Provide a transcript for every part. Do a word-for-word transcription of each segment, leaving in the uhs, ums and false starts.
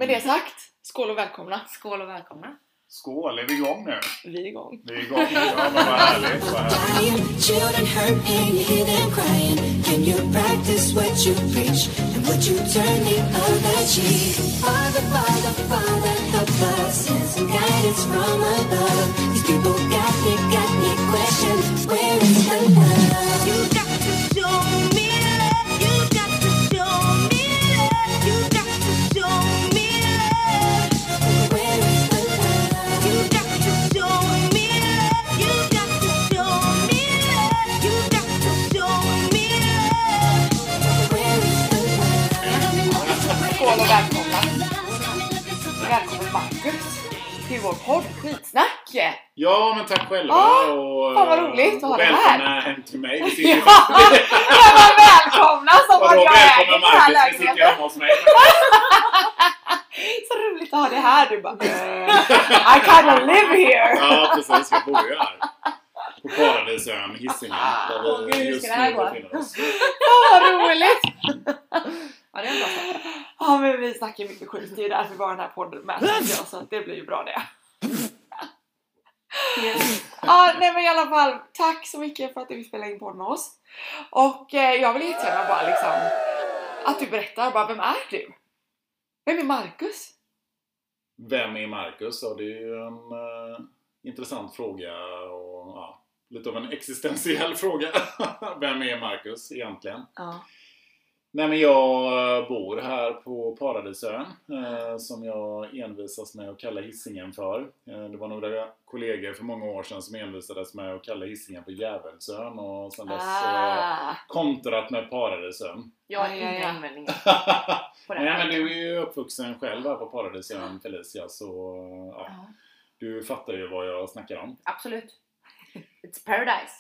Med det sagt, skål och välkomna. Skål och välkomna. Skål, är vi igång nu? Vi är igång. Vi är igång. Ja, men vad härligt, vad härligt. Children hurt pain, you hear them crying. Can you practice what you preach? And would you turn the other cheek? Father, Father, Father, help us. Send some guidance from above. These people got me, got me questions. Where is the love? You got to show me love. You got to show me love. You got to show me love. Where is the love? You got to show me love. You got to show me love. You got to show me love. Where is the love? Skål och välkomna. Välkommen Marcus till vår podd Skitsnack. Ja, men tack själva. Ja, och, fan vad roligt att ha och det här. välkomna hem till mig. Vi Ja, sitter ju... men välkomna som att Vadå, jag äger välkomna det här Marcus, vi sitter lägenheten. hemma hos mig. Så roligt att ha det här. Du bara, I kinda live here. Ja, precis. Jag bor ju här. På Paradisön, Hisingen. Där vi Åh, gud, hur just ska det här nu gå? befinner oss. Ja, vad roligt. Ja, det är en bra sak. Ja, men vi snackar mycket skit. Det är därför vi var den här podden med. tänker jag, Så att det blir ju bra det. Ja, nej men i alla fall. Tack så mycket för att du vill spela in podd med oss. Och eh, jag vill jättegärna bara liksom att du berättar bara, vem är du? Vem är Marcus? Vem är Marcus? Ja, det är ju en uh, intressant fråga och ja, lite av en existentiell fråga. Vem är Marcus egentligen? Ja. Nej, men jag bor här på Paradisön eh, som jag envisas med att kalla Hisingen för. Eh, det var några kollegor för många år sedan som envisades med att kalla Hisingen för Djävulsön och sedan dess Ah. eh, kontrat med Paradisön. Jag har Ja, inga ja, ja. invändningar på det Nej, här. men du är ju uppvuxen själv här på Paradisön, Felicia, så ja, Ja, du fattar ju vad jag snackar om. absolut. It's paradise.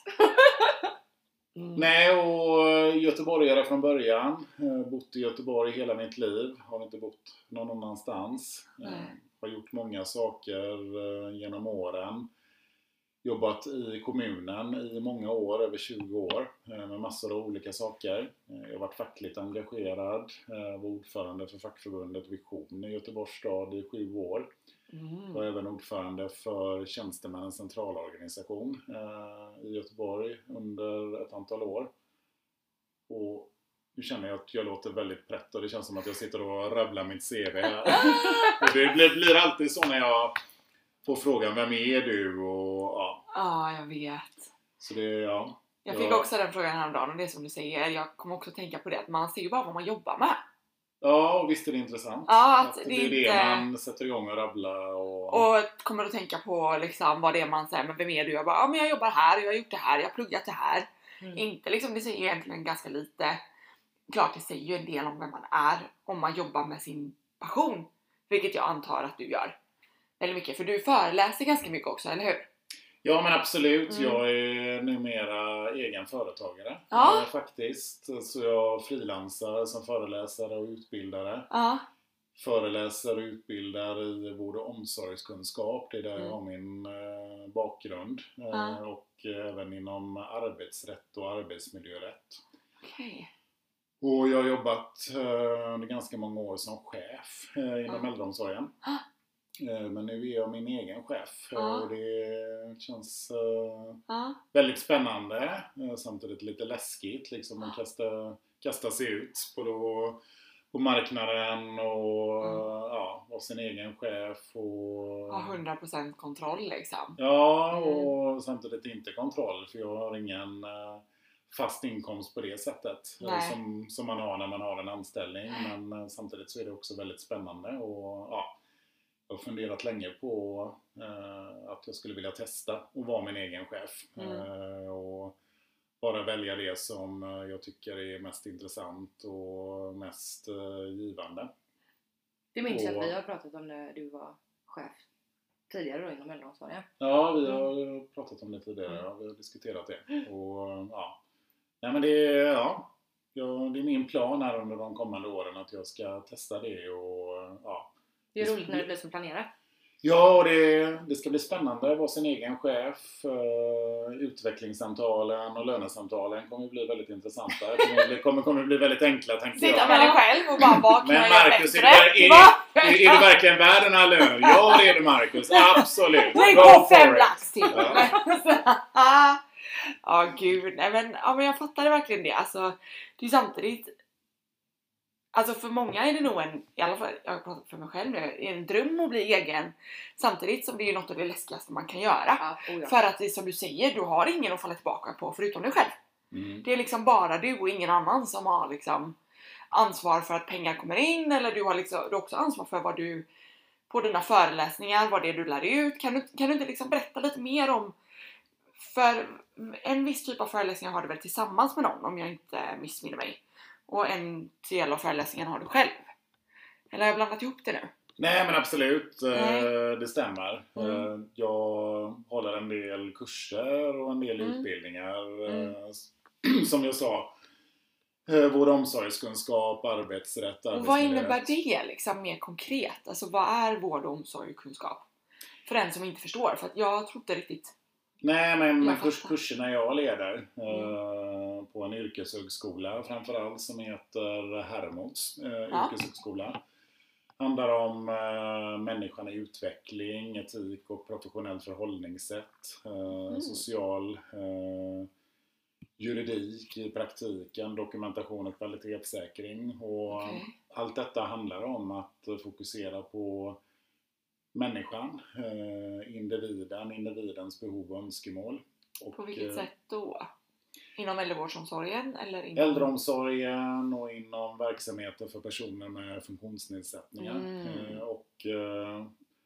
Mm. Nej, och göteborgare från början. Eh, Bott i Göteborg hela mitt liv. Har inte bott någon annanstans. Eh, Nej. Har gjort många saker eh, genom åren. Jobbat i kommunen i många år, över tjugo år. Eh, med massor av olika saker. Eh, jag har varit fackligt engagerad. Eh, var ordförande för fackförbundet Vision i Göteborgs stad i sju år. Mm. Var även ordförande för Tjänstemännens centralorganisation eh, i Göteborg under ett antal år. Och nu känner jag att jag låter väldigt prätt och det känns som att jag sitter och rabblar mitt C V här. Och det blir, blir alltid så när jag får frågan, vem är du? Och ja, Ja, jag vet. så det, ja. Jag fick Ja. också den frågan häromdagen och det är som du säger. Jag kommer också tänka på det att man ser ju bara vad man jobbar med. Ja, och visst är det intressant. Ja, att att det det är inte- det man sätter igång och rabbla och... Och kommer att tänka på liksom vad det är man säger, men vem är du? Jag bara, ja men jag jobbar här, jag har gjort det här, jag har pluggat det här. Mm. Inte liksom, det säger ju egentligen ganska lite. Klart det säger ju en del om vem man är om man jobbar med sin passion. Vilket jag antar att du gör. Väldigt mycket, för du föreläser ganska mycket också, eller hur? Ja, men absolut. Mm. Jag är numera egen företagare. Ja. Eh, faktiskt. Så jag frilansar som föreläsare och utbildare. Ja. Föreläser och utbildar i vård- och omsorgskunskap. Det är där Mm. jag har min eh, bakgrund. Eh, Ja. Och även inom arbetsrätt och arbetsmiljörätt. Okej. Och jag har jobbat eh, under ganska många år som chef eh, inom Ja. äldreomsorgen. Ah. Eh, men nu är jag min egen chef. eh, Ja. Och det känns eh, Ja. väldigt spännande. eh, Samtidigt lite läskigt. Liksom att kasta, kasta sig ut på, då, på marknaden och Mm. ja, vara sin egen chef. Och, Ha hundra procent kontroll liksom. ja, Mm. och samtidigt inte kontroll. För jag har ingen eh, fast inkomst på det sättet eh, Nej. som, som man har när man har en anställning. Men eh, samtidigt så är det också väldigt spännande. Och ja, jag har funderat länge på eh, att jag skulle vilja testa att vara min egen chef. Mm. Eh, och bara välja det som eh, jag tycker är mest intressant och mest eh, givande. Det minns jag Och- att vi har pratat om när du var chef tidigare då inom äldreomsorgen. Ja, vi har pratat om det tidigare. Ja, vi har diskuterat det. Och ja, nej, men det är, ja, ja, det är min plan här under de kommande åren att jag ska testa det och ja. Det är roligt när det blir som planerat. Ja, och det, det ska bli spännande att vara sin egen chef. Uh, utvecklingssamtalen och lönesamtalen kommer bli väldigt intressanta. Det kommer, bli, kommer, kommer bli väldigt enkla, tänkte Sitta jag. med dig själv och bara, vad kan Men jag göra Marcus, är, bättre? du, är, är, är du verkligen värd den här lönen? Ja, det är du, Marcus. Absolut. Lägg Go på for fem it. lax till! Ja. Ja, gud. Nej, men, ja, men jag fattade verkligen det. Alltså, det är samtidigt... Alltså för många är det nog en, i alla fall, jag har pratat för mig själv nu, en dröm att bli egen. Samtidigt som det är något av det läskigaste man kan göra. Ja, oh ja. För att det, som du säger, du har ingen att falla tillbaka på förutom dig själv. Mm. Det är liksom bara du och ingen annan som har liksom ansvar för att pengar kommer in. Eller du har, liksom, du har också ansvar för vad du, på dina föreläsningar, vad det är du lär ut. Kan du, kan du inte liksom berätta lite mer om, för en viss typ av föreläsningar har du väl tillsammans med någon, om jag inte missminner mig. Och en del av föreläsningen har du själv. Eller har jag blandat ihop det nu? Nej, men absolut. Nej. Det stämmer. Mm. Jag håller en del kurser och en del Mm. utbildningar. Mm. Som jag sa, vård och omsorgskunskap, arbetsrätt, Och vad arbetsmiljö. innebär det liksom mer konkret? Alltså vad är vård och omsorg och kunskap? För den som inte förstår. För att jag tror inte riktigt. Nej, men Jag kurs, fattar. kurserna jag leder eh, på en yrkeshögskola framförallt som heter Hermods eh, Ja. yrkeshögskola handlar om eh, människan i utveckling, etik och professionellt förhållningssätt, eh, Mm. social eh, juridik i praktiken, dokumentation och kvalitetssäkring. Och Okej. allt detta handlar om att fokusera på människan, eh, individen, individens behov och önskemål. Och, På vilket eh, sätt då? Inom äldrevårdsomsorgen? Eller inom... Äldreomsorgen och inom verksamheter för personer med funktionsnedsättningar. Mm. Eh, och eh,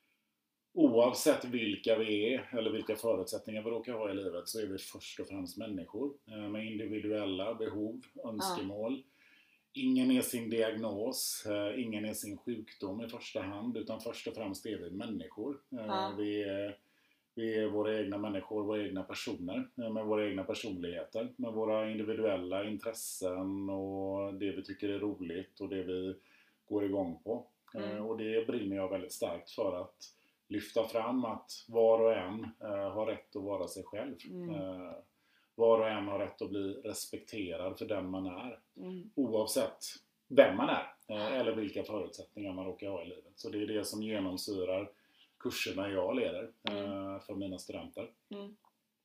oavsett vilka vi är eller vilka förutsättningar vi råkar ha i livet så är vi först och främst människor eh, med individuella behov, önskemål. Ingen är sin diagnos, eh, ingen är sin sjukdom i första hand, utan först och främst är vi människor. Eh, Ja. vi, är, vi är våra egna människor, våra egna personer eh, med våra egna personligheter, med våra individuella intressen och det vi tycker är roligt och det vi går igång på. Eh, Mm. och det brinner jag väldigt starkt för att lyfta fram, att var och en eh, har rätt att vara sig själv. Mm. Eh, var och en har rätt att bli respekterad för den man är. Mm. Oavsett vem man är eh, eller vilka förutsättningar man råkar ha i livet. Så det är det som genomsyrar kurserna jag leder eh, för mina studenter. Mm.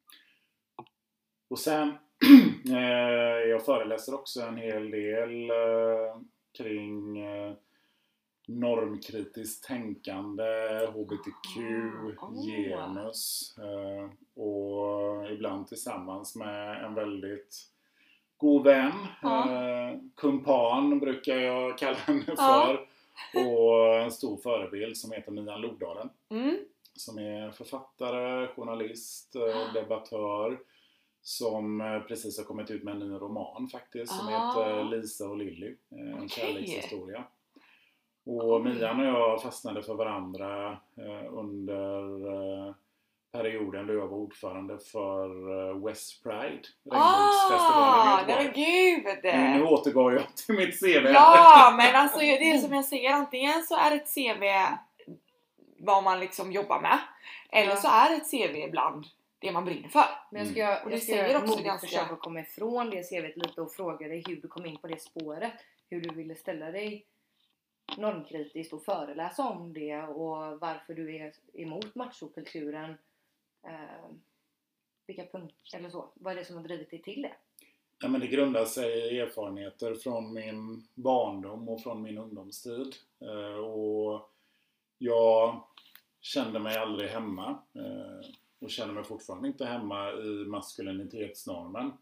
Och sen eh, jag föreläser också en hel del eh, kring eh, normkritiskt tänkande, H B T Q, Ah, oh. genus eh, och ibland tillsammans med en väldigt god vän, Ja. eh, kumpan brukar jag kalla henne för, Ja. och en stor förebild som heter Mian Lodalen Mm. som är författare, journalist, eh, debattör som eh, precis har kommit ut med en ny roman faktiskt som Ah. heter Lisa och Lilly, eh, en Okej. kärlekshistoria. Och Mian och jag fastnade för varandra eh, under eh, perioden då jag var ordförande för eh, West Pride, regnbågsfestivalen Ah, i nej men Göteborg. gud! Nu, nu återgår jag till mitt C V. Ja, men alltså det är som jag säger, antingen så är ett C V vad man liksom jobbar med, eller Ja. så är ett C V ibland det man brinner för. Men jag ska, Mm. Och det jag ska säger göra också ett ganska- försöka komma ifrån det C V:t lite och fråga dig hur du kom in på det spåret. Hur du ville ställa dig normkritiskt och föreläsa om det och varför du är emot machokulturen. Eh, vilka punkter, eller så. Vad är det som har drivit dig till det? Ja, men det grundar sig i erfarenheter från min barndom och från min ungdomstid. Eh, och jag kände mig aldrig hemma eh, och känner mig fortfarande inte hemma i maskulinitetsnormen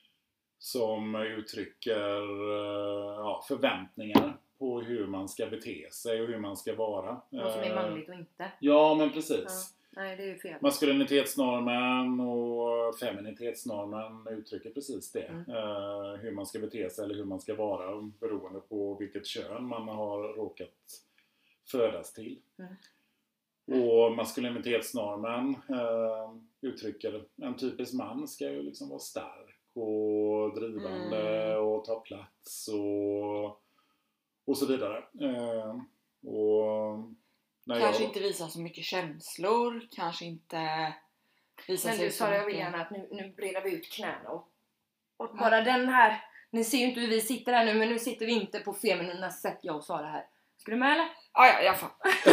som uttrycker eh, ja, förväntningar på hur man ska bete sig och hur man ska vara. Vad som är Eh, manligt och inte. Ja, men precis. Ja. Nej, det är ju fel. Maskulinitetsnormen och feminitetsnormen uttrycker precis det. Mm. Eh, hur man ska bete sig eller hur man ska vara beroende på vilket kön man har råkat födas till. Mm. Och maskulinitetsnormen eh, uttrycker en typisk man ska ju liksom vara stark och drivande Mm. och ta plats och, och så vidare. Eh, och när Kanske jag... inte visa så mycket känslor. Kanske inte visa Men sig du så sa, jag mycket. vill gärna att nu, nu breder vi ut knäna och, och bara den här, ni ser ju inte hur vi sitter här nu, men nu sitter vi inte på feminina sätt, jag och Sara här. Ska du med eller? Ja, ja, jag fan.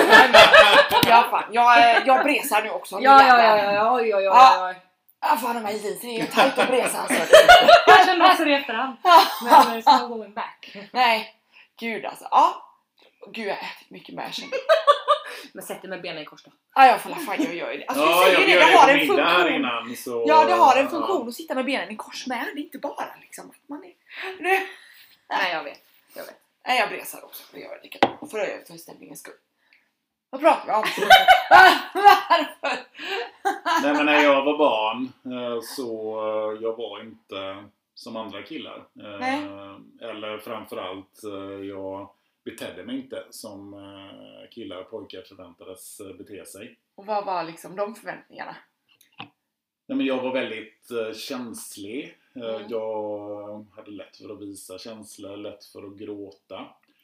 Jag fan. Jag, eh, jag bresar nu också. Ja, ja, ja, ja, ja, oj, oj, oj, Ja. oj. Ja, fan de här jeansen är ju tajt att bresa alltså. Jag kände också det i efterhand. Men men it's no going back. Nej, gud alltså. Ja. Gud, jag har ätit mycket med, jag känner. Men sätt dig med benen i kors då. Ja, jag får la fan, jag gör ju det. Alltså, Ja, jag säger jag det, det gör har det en på middag här funktion. innan. Så, Ja, det har en ja. funktion att sitta med benen i kors med. Det är inte bara liksom att man är... Nu. Nej, jag vet. Jag vet. Nej, jag bresar också. Det gör jag likadant. För att för stämningens skull. Vad pratar vi om? Varför? Nej, men när jag var barn eh, så eh, jag var inte som andra killar. Eh, Nej. Eller framförallt eh, jag betedde mig inte som eh, killar och pojkar förväntades eh, bete sig. Och vad var liksom de förväntningarna? Nej, men jag var väldigt eh, känslig. Eh, Mm. Jag hade lätt för att visa känslor, lätt för att gråta.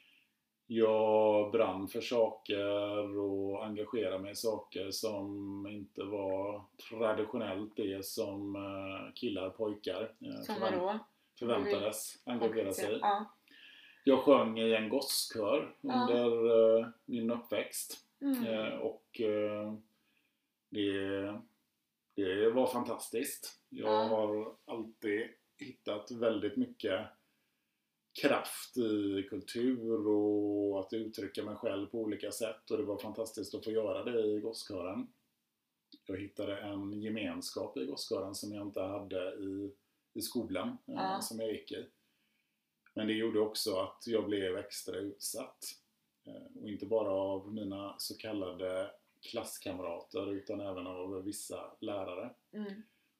Jag brann för saker och engagerade mig i saker som inte var traditionellt det som eh, killar och pojkar eh, Som förvänt- vadå? förväntades engagera sig. Ja. Jag sjöng i en gosskör Ja. under eh, min uppväxt. Mm. Eh, och eh, det, det var fantastiskt. Jag Ja. har alltid hittat väldigt mycket kraft i kultur och att uttrycka mig själv på olika sätt. Och det var fantastiskt att få göra det i gosskören. Jag hittade en gemenskap i gosskören som jag inte hade i, i skolan eh, Ja. som jag gick i. Men det gjorde också att jag blev extra utsatt. Eh, Och inte bara av mina så kallade klasskamrater utan även av vissa lärare. Mm.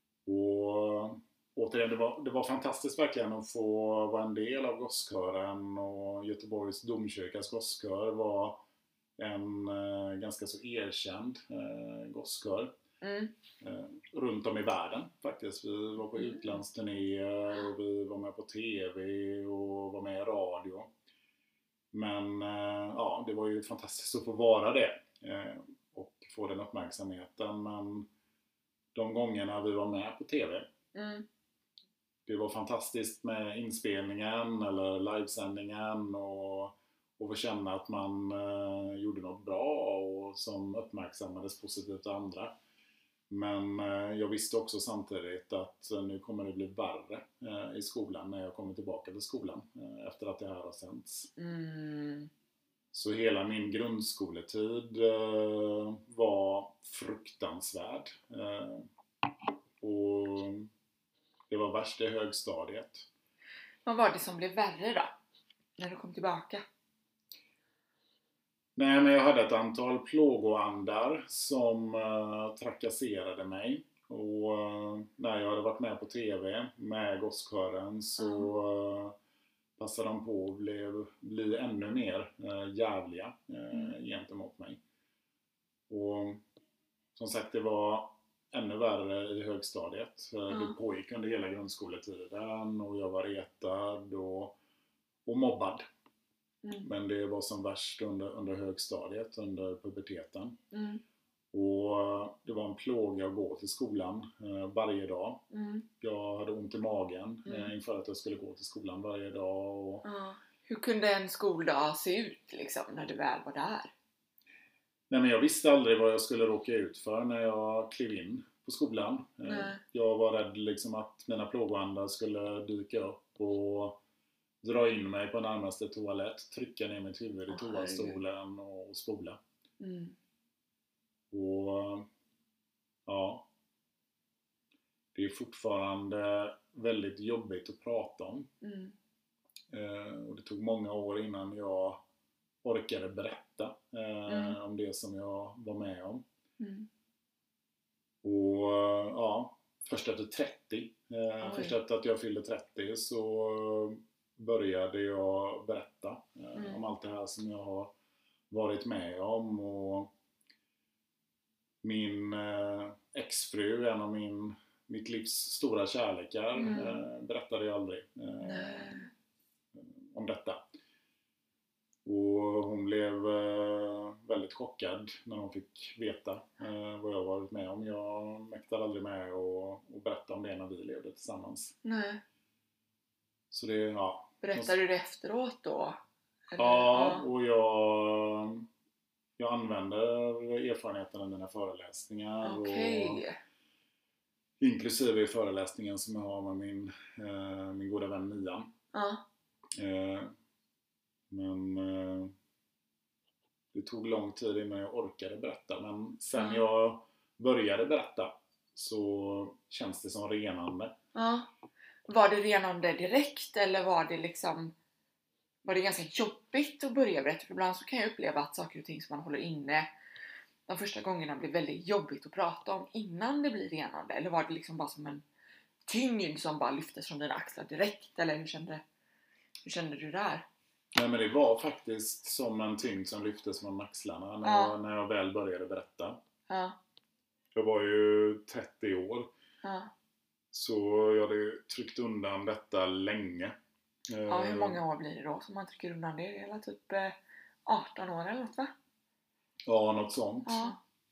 Och återigen, det var, det var fantastiskt verkligen att få vara en del av gosskören. Och Göteborgs domkyrkas gosskör var en eh, ganska så erkänd eh, gosskör. Mm. Eh, runt om i världen faktiskt. Vi var på Mm. utlandsturnéer och vi var med på tv och var med i radio. Men eh, ja, det var ju fantastiskt att få vara det eh, och få den uppmärksamheten. Men de gångerna vi var med på tv, Mm. det var fantastiskt med inspelningen eller livesändningen och, och få känna att man eh, gjorde något bra och som uppmärksammades positivt av andra. Men eh, jag visste också samtidigt att eh, nu kommer det bli värre eh, i skolan när jag kommer tillbaka till skolan eh, efter att det här har sänts. Mm. Så hela min grundskoletid eh, var fruktansvärd. Eh, och det var värst i högstadiet. Vad var det som blev värre då? När du kom tillbaka? Nej, men jag hade ett antal plågoandar som uh, trakasserade mig. Och uh, när jag hade varit med på tv med gosskören så uh, passade de på att bli, bli ännu mer uh, jävliga uh, Mm. gentemot mig. Och som sagt, det var ännu värre i högstadiet. Uh, Mm. Det pågick under hela grundskoletiden och jag var retad och, och mobbad. Mm. Men det var som värst under, under högstadiet, under puberteten. Mm. Och det var en plåga att gå till skolan eh, varje dag. Mm. Jag hade ont i magen Mm. eh, inför att jag skulle gå till skolan varje dag. Och... Ja. Hur kunde en skoldag se ut liksom, när du väl var där? Nej, men jag visste aldrig vad jag skulle råka ut för när jag klev in på skolan. Eh, Nej. jag var rädd liksom, att mina plågoandar skulle dyka upp och dra in mig på närmaste toalett, trycka ner mitt huvud i Åh, toastolen och spola. Mm. Och ja, det är fortfarande väldigt jobbigt att prata om. Mm. Eh, och det tog många år innan jag orkade berätta eh, Mm. om det som jag var med om. Mm. Och ja, först efter trettio, eh, Oj. först efter att jag fyllde trettio så började jag berätta eh, Mm. om allt det här som jag har varit med om. Och min eh, exfru, en av min, mitt livs stora kärlekar, Mm. eh, berättade jag aldrig eh, Nej. om detta. Och hon blev eh, väldigt chockad när de fick veta eh, vad jag varit med om. Jag mäktade aldrig med att berätta om det när vi levde tillsammans. Nej. Så det, ja. Berättar du det efteråt då? Eller? Ja, och jag, jag använder erfarenheten i mina föreläsningar. Okej. Och inklusive i föreläsningen som jag har med min, eh, min goda vän Mian. Ja. Eh, men eh, det tog lång tid innan jag orkade berätta. Men sen Mm. jag började berätta så känns det som renande. Ja. Var det renande direkt eller var det liksom var det ganska jobbigt att börja berätta? För ibland så kan jag uppleva att saker och ting som man håller inne de första gångerna blir väldigt jobbigt att prata om innan det blir renande. Eller var det liksom bara som en tyngd som bara lyftes från dina axlar direkt? Eller hur kände, hur kände du där? Nej, men det var faktiskt som en tyngd som lyftes från axlarna när, Ja. jag, när jag väl började berätta. Ja. Jag var ju trettio år. Ja. Så jag hade tryckt undan detta länge. Ja, hur många år blir det då som man trycker undan det? Det är hela typ eh, arton år eller något, va? Ja, något sånt. Ja.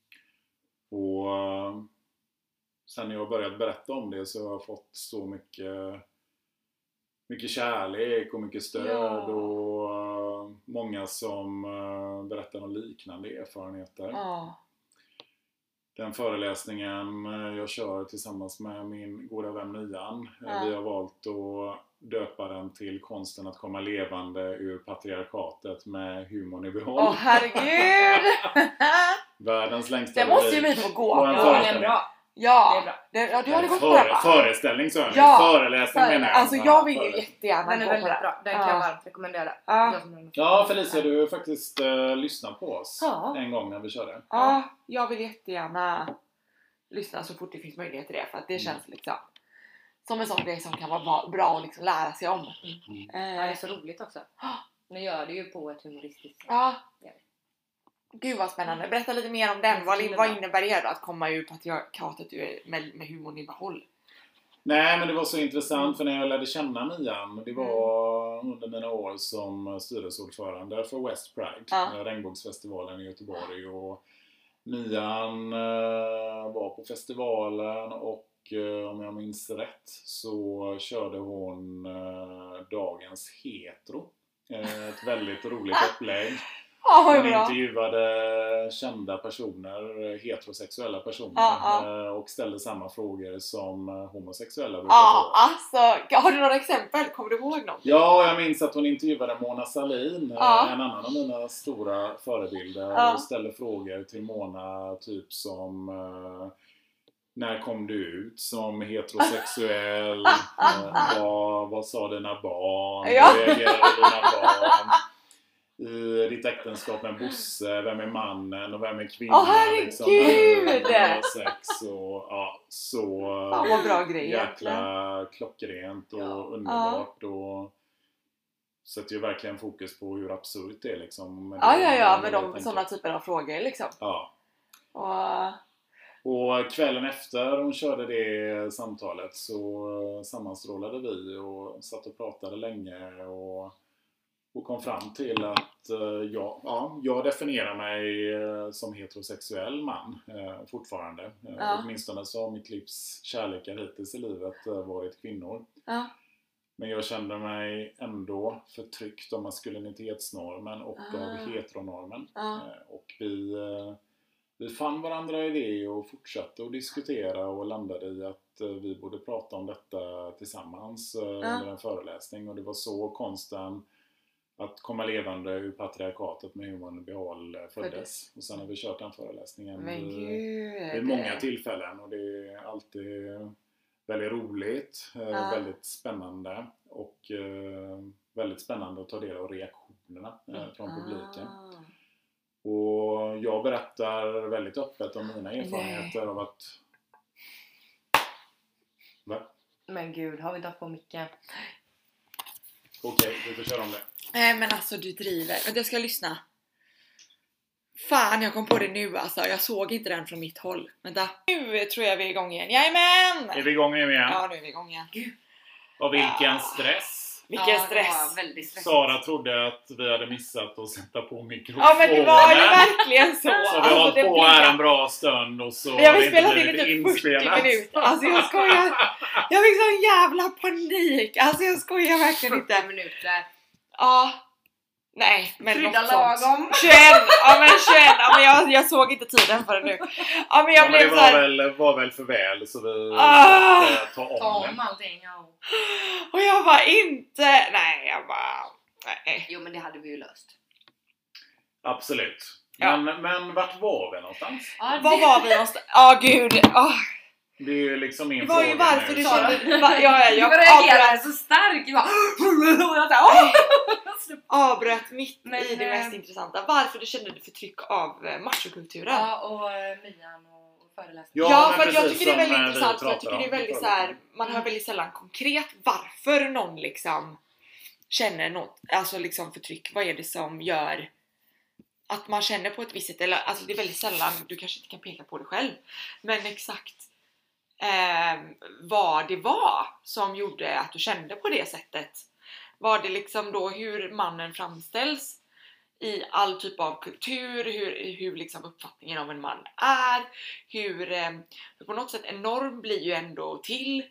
Och uh, sen när jag började berätta om det så har jag fått så mycket mycket kärlek och mycket stöd. Ja. Och uh, många som uh, berättar om liknande erfarenheter. Ja. Den föreläsningen jag kör tillsammans med min goda vän Mian. Ja. Vi har valt att döpa den till konsten att komma levande ur patriarkatet med humorn i behåll. Åh, herregud! Världens längsta Det måste ju vi rubrik få gå på en på. Ja, det är föreställning. bra. Ja, Det är bra. det, ja, du hade gått på Före, det, va? föreställning så Ja. föreläsning menar jag. Alltså jag vill ju Före- jättegärna Den är gå på väldigt det. bra. Den Ja. kan jag varmt rekommendera. Ja. Jag som har- Ja, Felicia, du har faktiskt uh, lyssnat på oss Ja. en gång när vi körde. Ja, jag vill jättegärna lyssna så fort det finns möjlighet till det. För att det Mm. känns liksom som en sån grej som kan vara va- bra att liksom lära sig om. Mm. Ja, det är Eh, så roligt också. Ni gör det ju på ett humoristiskt sätt. ja. Ja. Gud vad spännande. Berätta lite mer om den. Jag Vad, tycker vad det är innebär det då att komma ur patriarkatet ur- med, med humorn i behåll? Nej, men det var så intressant för när jag lärde känna Mian, det var under mina år som styrelseordförande för West Pride, Ja. regnbågsfestivalen i Göteborg. Och Mian eh, var på festivalen och eh, om jag minns rätt så körde hon eh, dagens hetero. Eh, ett väldigt roligt upplägg. Ja, vad Hon bra. intervjuade kända personer, heterosexuella personer Ja, ja. eh, och ställde samma frågor som eh, homosexuella brukar Ja, få. alltså. Har du några exempel? Kommer du ihåg någon? Ja, jag minns att hon intervjuade Mona Sahlin, eh, Ja. en annan av mina stora förebilder, Ja. och ställde frågor till Mona typ som eh, när kom du ut som heterosexuell? eh, vad, vad sa dina barn? Ja. Hur reagerade dina barn? I ditt äktenskap med Bosse, vem är mannen och vem är kvinnan? Åh, herregud! Liksom, hur har sex och ja, så Fan, vad bra grej jäkla klockrent och Ja. underbart och sätter ju verkligen fokus på hur absurt det är liksom. Med Ja, det- ja, ja. med Med det de tänket. sådana typer av frågor liksom. Ja. Och, Och kvällen efter hon körde det samtalet så sammanstrålade vi och satt och pratade länge och, och kom fram till att eh, ja, ja, jag definierar mig eh, som heterosexuell man eh, fortfarande. Eh, Ja. Åtminstone så har mitt livs kärlekar hittills i livet eh, varit kvinnor. ja. Men jag kände mig ändå förtryckt av maskulinitetsnormen och Ah. av heteronormen. Ja. Eh, Och vi, eh, vi fann varandra i det och fortsatte att diskutera och landade i att eh, vi borde prata om detta tillsammans eh, under en föreläsning. Och det var så konsten att komma levande ur patriarkatet med humorn i behåll eh, föddes. Föddes. Och sen har vi kört den föreläsningen Men vid, gud. vid många tillfällen och det är alltid väldigt roligt, eh, Ja. väldigt spännande och eh, väldigt spännande att ta del av reaktionerna eh, från publiken. Ah. Och jag berättar väldigt öppet om mina erfarenheter Nej. av att... Va? Men gud, har vi inte haft på micken? Okej, vi får köra om det. Nej men alltså du driver. Vänta, jag ska lyssna. Fan, jag kom på det nu alltså. Jag såg inte den från mitt håll. Vänta. Nu tror jag vi är igång igen. Jajamän! Är vi igång nu igen? Ja, nu är vi igång igen. Och vilken Ah. stress! Vilken ja, stress. Det var väldigt stressigt. Sara trodde att vi hade missat att sätta på mikrofonen. Ja men det var ju verkligen så. Så vi har Alltså, hållit det på blir- här en bra stund och så Vi har det väl inte spelat in blivit i typ fyrtio inspelat. minuter. Alltså jag skojar. Jag fick sån jävla panik. Alltså jag skojar verkligen fyrtio inte. minuter. Ja. Nej, men Krydda något sånt. lagom. tjugoett, ja men tjugoett, ja men jag, jag såg inte tiden förrän nu. Ja men jag Ja, men blev det så var här. väl, var väl för väl så vi Ah! ska ta om Ta det. om allting. Ja. Och jag var inte, nej jag bara, nej. Jo men det hade vi ju löst. Absolut. Ja. Men, men vart var vi någonstans? Ja, Var var vi någonstans? Ja gud, åh. Det är ju liksom min Det var ju fråga varför nu. du Sara. kände, va, ja, ja, Du jag reagerade avbröt, så starkt. Jag bara, och jag sa, åh! avbröt mitt Men, i det eh, mest intressanta. Varför du kände förtryck av eh, machokulturen? Ja, och eh, Mian och föreläsaren. Ja, Ja, men för att jag precis tycker det är som, väldigt eh, vi intressant för jag pratade tycker det är om väldigt förut. så här, man hör Mm. väldigt sällan konkret varför någon liksom känner något, alltså liksom förtryck. Vad är det som gör att man känner på ett visst sätt? Eller, alltså det är väldigt sällan, du kanske inte kan peka på det själv, men exakt eh, vad det var som gjorde att du kände på det sättet. Var det liksom då hur mannen framställs i all typ av kultur, hur, hur liksom uppfattningen av en man är, hur eh, för på något sätt en norm blir ju ändå till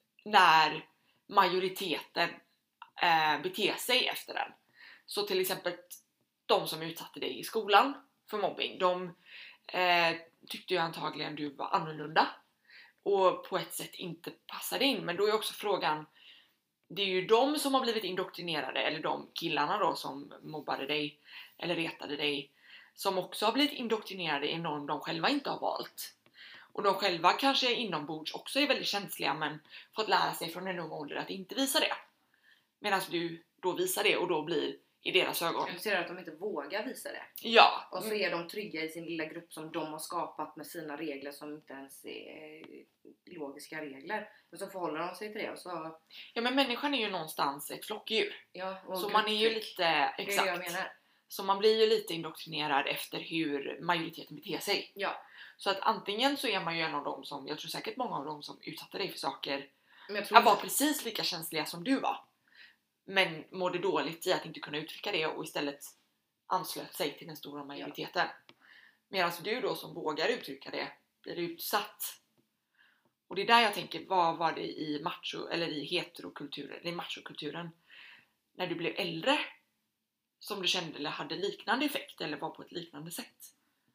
när majoriteten eh, beter sig efter den. Så till exempel de som utsatte dig i skolan för mobbing, de eh, tyckte ju antagligen du var annorlunda och på ett sätt inte passade in. Men då är också frågan, det är ju de som har blivit indoktrinerade, eller de killarna då som mobbade dig eller retade dig, som också har blivit indoktrinerade i någon de själva inte har valt. Och de själva kanske inombords också är väldigt känsliga, men fått lära sig från en ung ålder att inte visa det. Medan du då visar det och då blir i deras ögon. Jag ser att de inte vågar visa det. Ja. Och så är de trygga i sin lilla grupp som de har skapat med sina regler som inte ens är logiska regler. Men så förhåller de sig till det och så... Ja men människan är ju någonstans ett flockdjur. Ja, och Så man är ju grupptryck. lite, Det är exakt. det jag menar. Så man blir ju lite indoktrinerad efter hur majoriteten beter sig. Ja. Så att antingen så är man ju en av dem som, jag tror säkert många av dem som utsatte dig för saker Men jag tror var precis lika känsliga som du var. Men mådde dåligt i att inte kunna uttrycka det och istället anslöt sig till den stora majoriteten. Medan du då som vågar uttrycka det blir utsatt. Och det är där jag tänker, vad var det i macho eller i heterokulturen, i machokulturen när du blev äldre som du kände eller hade liknande effekt eller var på ett liknande sätt?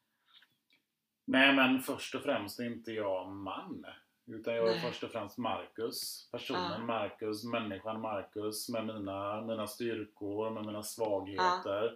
Nej, men först och främst är inte jag man. Utan jag är Nej. först och främst Marcus. Personen Ah. Marcus, människan Marcus. Med mina, mina styrkor, med mina svagheter.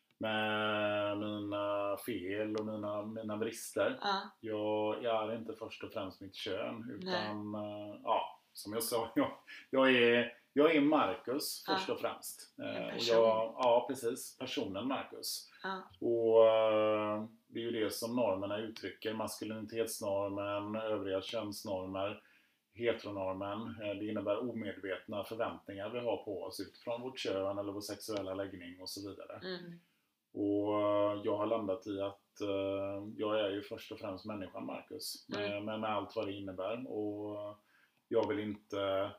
Med mina fel och mina, mina brister. Ja, Jag, jag är inte först och främst mitt kön. Utan, eh, ja, som jag sa, jag, jag, är, jag är Marcus Ja. först och främst. Eh, och person. jag, ja, precis. Personen Marcus. ja, Och eh, det är ju det som normerna uttrycker. Maskulinitetsnormen, övriga könsnormer, heteronormen. Eh, det innebär omedvetna förväntningar vi har på oss utifrån vårt kön eller vår sexuella läggning och så vidare. mm, Och eh, jag har landat i att eh, jag är ju först och främst människan Marcus. Med, Mm. med, med allt vad det innebär. Och jag vill inte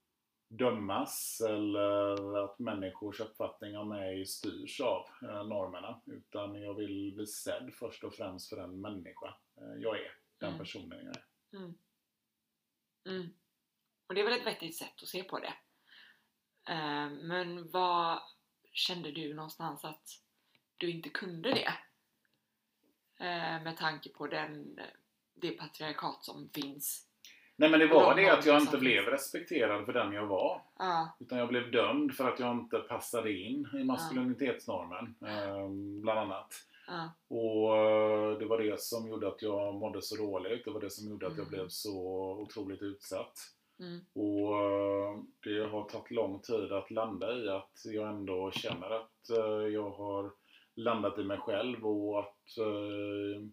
dömas eller att människors uppfattning om mig styrs av eh, normerna. Utan jag vill bli sedd först och främst för den människa eh, jag är. Den Mm. personen jag är. mm, mm. Och det är väl ett vettigt sätt att se på det. Eh, men vad kände du någonstans att du inte kunde det? Eh, med tanke på den, det patriarkat som finns. Nej, men det Och var de det att jag normer inte som blev finns. respekterad för den jag var. Ja, Utan jag blev dömd för att jag inte passade in i maskulinitetsnormen. Eh, bland annat. ja, Och eh, det var det som gjorde att jag mådde så dåligt. Det var det som gjorde att jag Mm. blev så otroligt utsatt. mm, Och eh, det har tagit lång tid att landa i att jag ändå känner att eh, jag har landat i mig själv och att eh,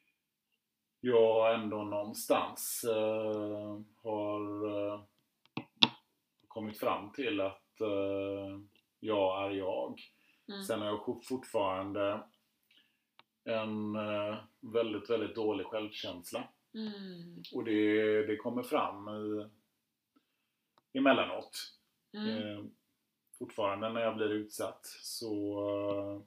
jag ändå någonstans eh, har eh, kommit fram till att eh, jag är jag. mm, Sen har jag fortfarande en eh, väldigt, väldigt dålig självkänsla. mm, Och det, det kommer fram i, emellanåt. mm, Eh, fortfarande när jag blir utsatt så uh,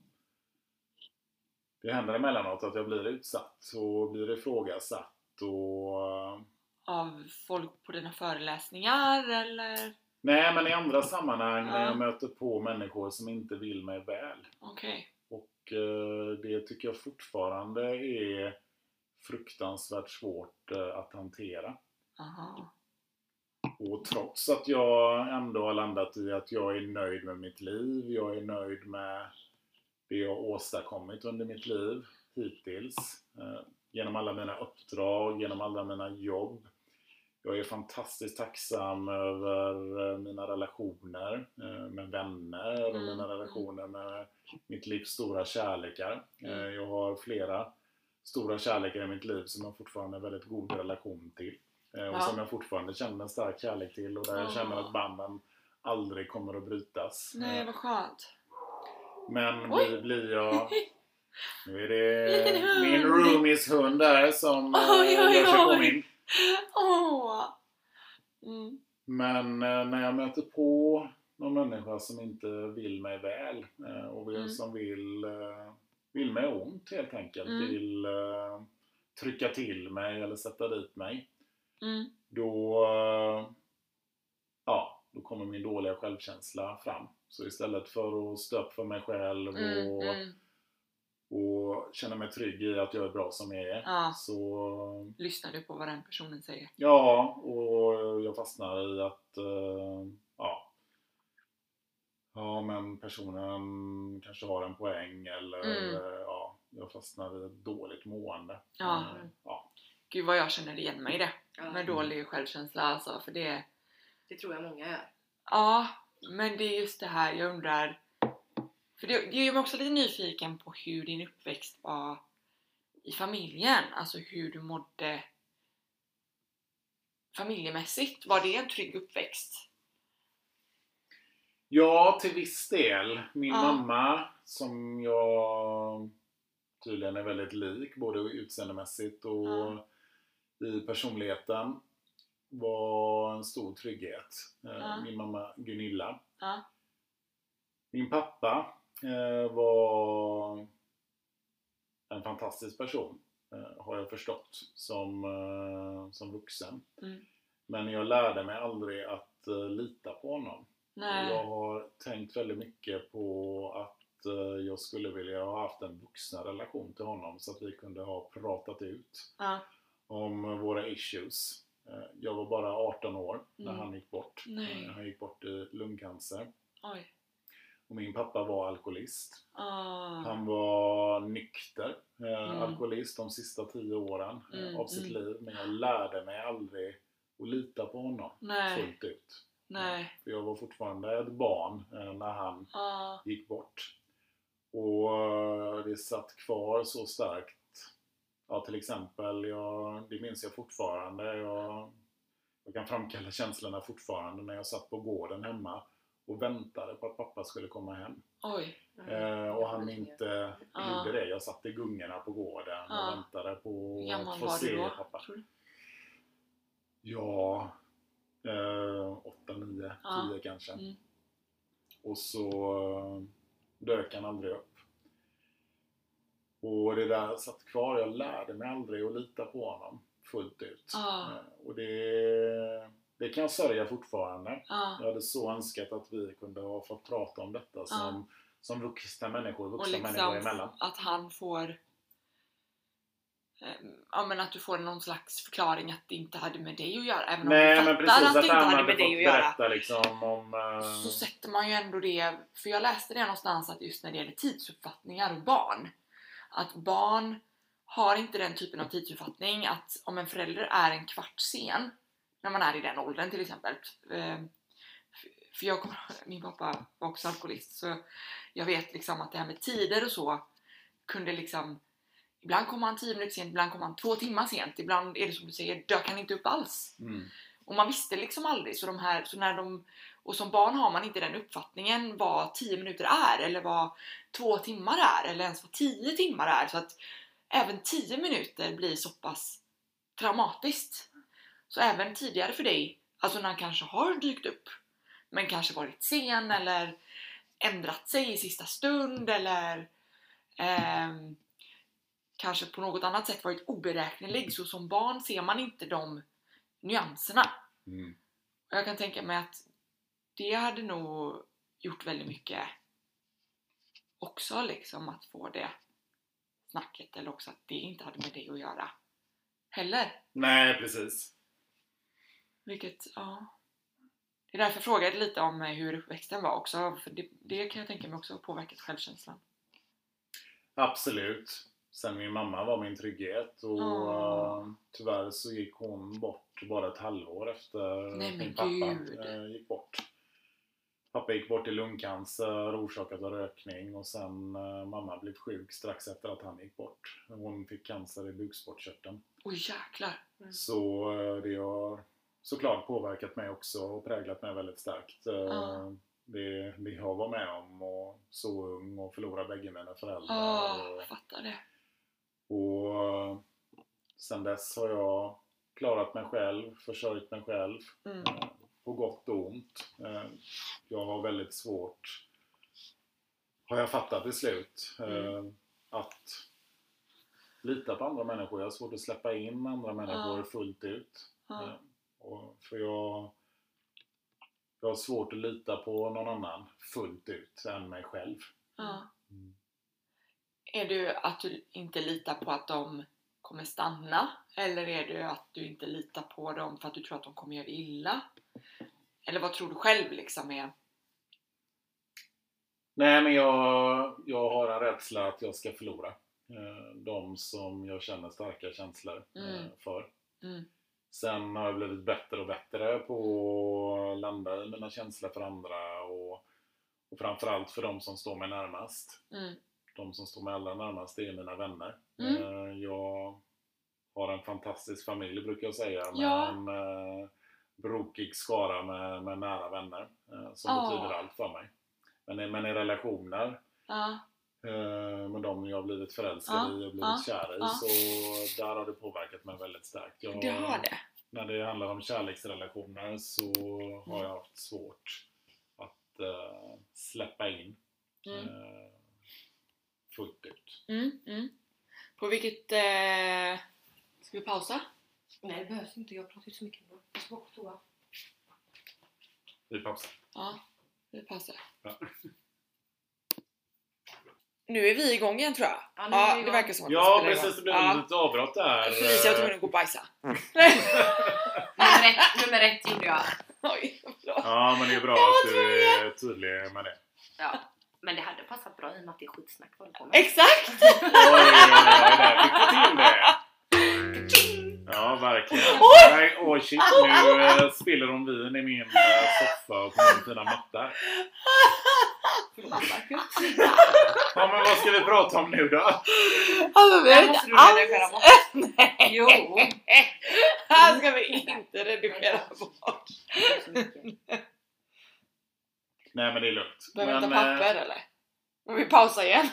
det händer emellanåt att jag blir utsatt och blir ifrågasatt och uh, Av folk på dina föreläsningar eller? nej, men i andra sammanhang Ja. när jag möter på människor som inte vill mig väl. Okej. Och uh, det tycker jag fortfarande är fruktansvärt svårt uh, att hantera. Aha. Och trots att jag ändå har landat i att jag är nöjd med mitt liv, jag är nöjd med det jag har åstadkommit under mitt liv hittills. Eh, genom alla mina uppdrag, genom alla mina jobb. Jag är fantastiskt tacksam över eh, mina relationer eh, med vänner och Mm. mina relationer med mitt livs stora kärlekar. Eh, Mm. jag har flera stora kärlekar i mitt liv som jag fortfarande har en väldigt god relation till. Eh, och Ja. som jag fortfarande känner en stark kärlek till och där jag Ja. känner att banden aldrig kommer att brytas. Nej, Eh, vad skönt. men Oj. nu blir jag... Nu är det Liten hund. min roomies hund där som eh, Oj, oj, gör sig oj. påmind. Åh! Mm. Men eh, när jag möter på någon människa som inte vill mig väl eh, och vill, Mm. som vill, eh, vill mig ont helt enkelt, Mm. vill eh, trycka till mig eller sätta dit mig, Mm. då, eh, ja, då kommer min dåliga självkänsla fram. Så istället för att stå upp för mig själv Mm. och, Mm. och känna mig trygg i att jag är bra som jag är, Ja. så Lyssnar du på vad den personen säger? ja, och jag fastnar i att eh, ja, ja men personen kanske har en poäng eller Mm. eh, ja, jag fastnar i ett dåligt mående. Ja. Eh, ja. Gud vad jag känner igen mig i det. Ja, Med dålig självkänsla alltså. För det... det tror jag många gör. Ja, men det är just det här jag undrar. För det, det gör mig också lite nyfiken på hur din uppväxt var i familjen. Alltså hur du mådde familjemässigt. Var det en trygg uppväxt? Ja, till viss del. Min Ja. mamma, som jag tydligen är väldigt lik, både utseendemässigt och Ja. i personligheten, var en stor trygghet. Eh, Ja. Min mamma Gunilla. Ja. Min pappa eh, var en fantastisk person, eh, har jag förstått, som, eh, som vuxen. Mm. Men jag lärde mig aldrig att eh, lita på honom. Nej. Jag har tänkt väldigt mycket på att eh, jag skulle vilja ha haft en vuxen relation till honom så att vi kunde ha pratat ut Ja. om våra issues. Eh, jag var bara arton år när Mm. han gick bort. Nej. Eh, han gick bort i lungcancer. Oj. Och min pappa var alkoholist. Ah. Han var nykter eh, Mm. alkoholist de sista tio åren eh, Mm, av sitt mm. liv. Men jag lärde mig aldrig att lita på honom Nej. fullt ut. Nej. För jag var fortfarande ett barn eh, när han Ah. gick bort. Och eh, det satt kvar så starkt. Ja, till exempel, jag, det minns jag fortfarande. Jag, jag kan framkalla känslorna fortfarande när jag satt på gården hemma och väntade på att pappa skulle komma hem. Oj. Eh, och han inte Ja. gjorde det. Jag satt i gungorna på gården Ja. och väntade på Hur gammal att få var se du då? pappa. Tror du? Ja, eh, åtta, nio, Ja. tio kanske. Mm. Och så eh, dök han aldrig upp. Och det där satt kvar. Jag lärde mig aldrig att lita på honom fullt ut. Ja. Eh, och det, det kan jag sörja fortfarande. Ja. Jag hade så önskat att vi kunde ha fått prata om detta som, som vuxna människor, Och vuxna människor liksom emellan. att han får eh, ja men att du får någon slags förklaring att det inte hade med dig att göra. Även om Nej, du men fattar precis att att det inte han hade hade med dig fått att göra. berätta liksom om... eh, Så sätter man ju ändå det, för jag läste det någonstans att just när det gäller tidsuppfattningar och barn, att barn har inte den typen av tidsuppfattning att om en förälder är en kvart sen när man är i den åldern till exempel. eh, För jag kommer, min pappa var också alkoholist, så jag vet liksom att det här med tider och så kunde liksom, ibland kommer han tio minuter sent, ibland kommer han två timmar sent, ibland är det som du säger, dök han inte upp alls. mm. Och man visste liksom aldrig, så de här, så när de, och som barn har man inte den uppfattningen vad tio minuter är, eller vad två timmar är, eller ens vad tio timmar är, så att även tio minuter blir så pass traumatiskt. Så även tidigare för dig, alltså när han kanske har dykt upp, men kanske varit sen eller ändrat sig i sista stund eller ehm, kanske på något annat sätt varit oberäknelig. Så som barn ser man inte de nyanserna. Mm. Och jag kan tänka mig att det hade nog gjort väldigt mycket också, liksom att få det snacket, eller också att det inte hade med det att göra heller. Nej, precis. Vilket, ja. Det är därför jag frågade lite om hur uppväxten var också, för det, det kan jag tänka mig också har påverkat självkänslan. Absolut. Sen min mamma var min trygghet och Åh. uh, tyvärr så gick hon bort bara ett halvår efter Nej, men min pappa Gud. uh, gick bort. Pappa gick bort i lungcancer orsakat av rökning och sen uh, mamma blev sjuk strax efter att han gick bort. Hon fick cancer i bukspottkörteln. Oj, jäklar. Mm. Så uh, det har såklart påverkat mig också och präglat mig väldigt starkt. Uh, Ja. det, det jag var med om och så ung och förlora bägge mina föräldrar. Ja, och, jag fattar det. och sen dess har jag klarat mig själv, försörjt mig själv. Mm. Eh, på gott och ont. Eh, jag har väldigt svårt, har jag fattat till slut, eh, Mm. att lita på andra människor. Jag har svårt att släppa in andra människor Ja. fullt ut. Ja. Eh, och för jag, jag har svårt att lita på någon annan fullt ut än mig själv. Ja. Mm. Är du att du inte litar på att de kommer stanna? Eller är det att du inte litar på dem för att du tror att de kommer göra illa? Eller vad tror du själv liksom är? Nej, men jag, jag har en rädsla att jag ska förlora eh, de som jag känner starka känslor eh, Mm. för. Mm. Sen har jag blivit bättre och bättre på att landa i mina känslor för andra och, och framförallt för de som står mig närmast. Mm. De som står mig allra närmast är mina vänner. Mm. Eh, jag har en fantastisk familj brukar jag säga, med Ja. en eh, brokig skara med, med nära vänner eh, som Ja. betyder allt för mig. Men, i- men i relationer Ja. eh, med de jag har blivit förälskad Ja. i och blivit Ja. kär i, Ja. så där har det påverkat mig väldigt starkt. Jag, Det har det. När det handlar om kärleksrelationer så har Mm. jag haft svårt att eh, släppa in Mm. eh, fullt ut. Mm. Mm. På vilket... Eh... Ska vi pausa? Nej, det behövs inte. Jag pratar ju så mycket nu. Jag ska bara på toa. Vi pausar. Ja, vi pausar. Ja. Nu är vi igång igen tror jag. Ja, nu är vi Ja, det igång. verkar som att vi Ja, spelar precis. Det igång. blev Ja. ett litet avbrott där. Felicia var tvungen att gå och bajsa. Nummer ett, nummer ett gjorde jag. Oj, förlåt. Ja, men det är bra Jag att var du är tydlig med det. Ja. Men det hade passat bra i och med att det är skitsnack vad det på med. Exakt! Oj, oj, oj, där fick du till det. Ja, verkligen. Oj! Nej, oj shit, nu eh, spiller de vin i min eh, soffa och på min fina matta. Förlåt, Marcus. Ja, men vad ska vi prata om nu då? Alltså vi Där har måste inte du redigera alls... bort. Nej, Jo. här ska vi inte redigera bort. Så mycket. Nej, men det är lugnt. Behöver vi Men, ta eh, papper eller? Men vi pausar igen.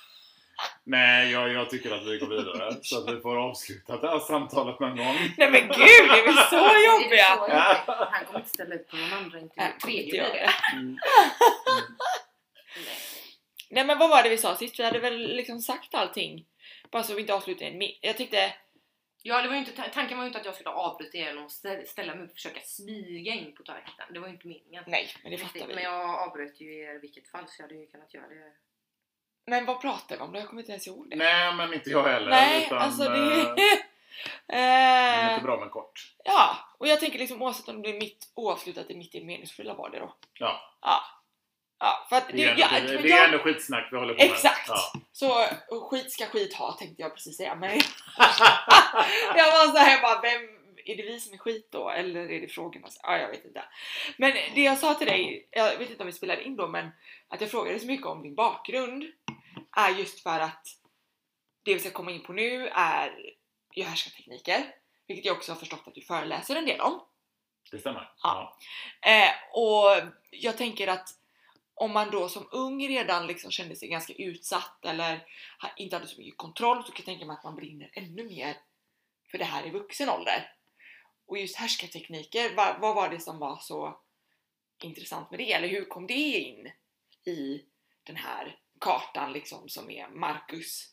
Nej, jag, jag tycker att vi går vidare så att vi får avsluta det här samtalet någon gång. Nej men gud, det är väl så Det är jobbiga! så jobbigt. Han kommer inte ställa upp på någon andra intervju. Nej, Tredje inte jag. blir det. Mm. Nej. Nej men vad var det vi sa sist? Vi hade väl liksom sagt allting. Bara så vi inte avslutar en mi- Jag tyckte... Ja, det var ju inte, tanken var ju inte att jag skulle avbryta er och stä- ställa mig upp och försöka smyga in på toaletten. Det var ju inte meningen. Nej, men det fattar Men vi. jag avbröt ju er i vilket fall, så jag hade ju kunnat göra det. Men vad pratar vi om då? Jag kommer inte ens ihåg det. Nej, men inte jag heller. Nej, utan, alltså eh, det... det är eh, lite bra men kort. ja, och jag tänker liksom oavsett om det är mitt oavslutat, det är mitt i meningsfulla var det då. Ja, Ja. Ja, för att det är, ändå, ja, det, men det jag- är ändå skitsnack vi håller på med. Exakt! Ja. Så och skit ska skit ha tänkte jag precis säga. Men jag var så här, jag bara, vem, är det vi som är skit då? Eller är det frågorna? Ja, jag vet inte. Men det jag sa till dig, jag vet inte om vi spelade in då, men att jag frågade så mycket om din bakgrund är just för att det vi ska komma in på nu är ju härskartekniker. Vilket jag också har förstått att du föreläser en del om. Det stämmer. Ja. Eh, och jag tänker att om man då som ung redan liksom kände sig ganska utsatt eller ha- inte hade så mycket kontroll, så kan jag tänka mig att man brinner ännu mer för det här i vuxen ålder. Och just härskartekniker, vad, vad var det som var så intressant med det? Eller hur kom det in i den här kartan liksom som är Marcus?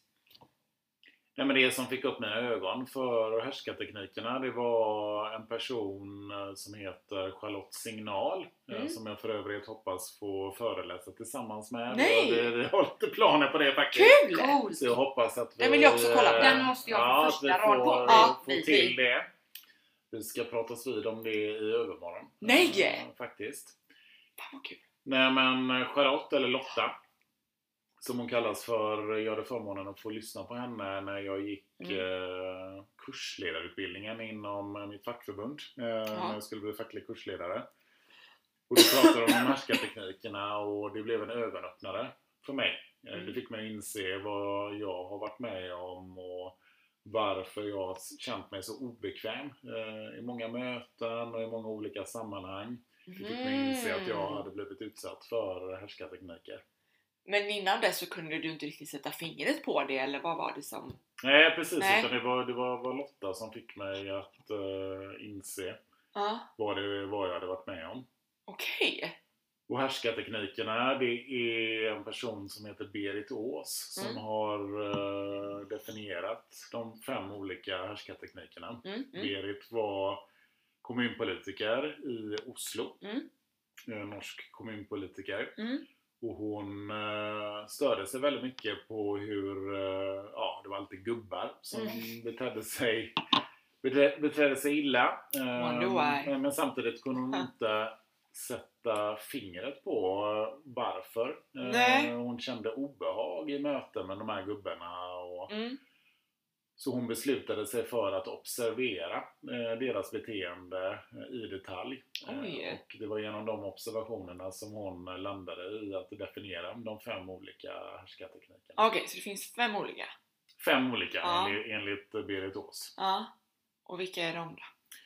Nej, men det som fick upp mina ögon för härskarteknikerna, det var en person som heter Charlotte Signal, Mm. som jag för övrigt hoppas få föreläsa tillsammans med. Nej! Vi, vi har lite planer på det faktiskt. Kul! Coolt! Så jag hoppas att vi... Den vill jag också kolla på. Den måste jag få ja, första att vi rad får, på. Ja, få vi- till vi- det. Vi ska pratas vid om det i övermorgon. Nej! Eh, faktiskt. Fan vad kul. Nej, men Charlotte, eller Lotta, som hon kallas för, jag hade förmånen att få lyssna på henne när jag gick Mm. eh, kursledarutbildningen inom mitt fackförbund. Eh, När jag skulle bli facklig kursledare. Och då pratade de om härskarteknikerna och det blev en ögonöppnare för mig. Eh, Mm. Det fick mig inse vad jag har varit med om och varför jag har känt mig så obekväm eh, i många möten och i många olika sammanhang. Det fick mig inse att jag hade blivit utsatt för härskartekniker. Men innan det så kunde du inte riktigt sätta fingret på det, eller vad var det som... Nej, precis. Nej. Utan det var, det var, var Lotta som fick mig att eh, inse Ja, vad, det, vad jag hade varit med om. okej. Och härskarteknikerna, det är en person som heter Berit Ås som Mm. har eh, definierat de fem olika härskarteknikerna. Mm, mm, Berit var kommunpolitiker i Oslo. Mm. En norsk kommunpolitiker. mm, Och hon eh, störde sig väldigt mycket på hur, eh, ja, det var alltid gubbar som Mm. betedde sig beträ, betedde sig illa. Eh, Wonder why. men, men samtidigt kunde hon Huh. inte sätta fingret på eh, varför. Eh, Nej. hon kände obehag i möten med de här gubbarna. Och, mm. så hon beslutade sig för att observera eh, deras beteende eh, i detalj. Oj. Eh, och det var genom de observationerna som hon landade i att definiera de fem olika härskarteknikerna. Okej, så det finns fem olika. Fem olika Ja. enligt, enligt Berit Ås. Ja. Och vilka är de då?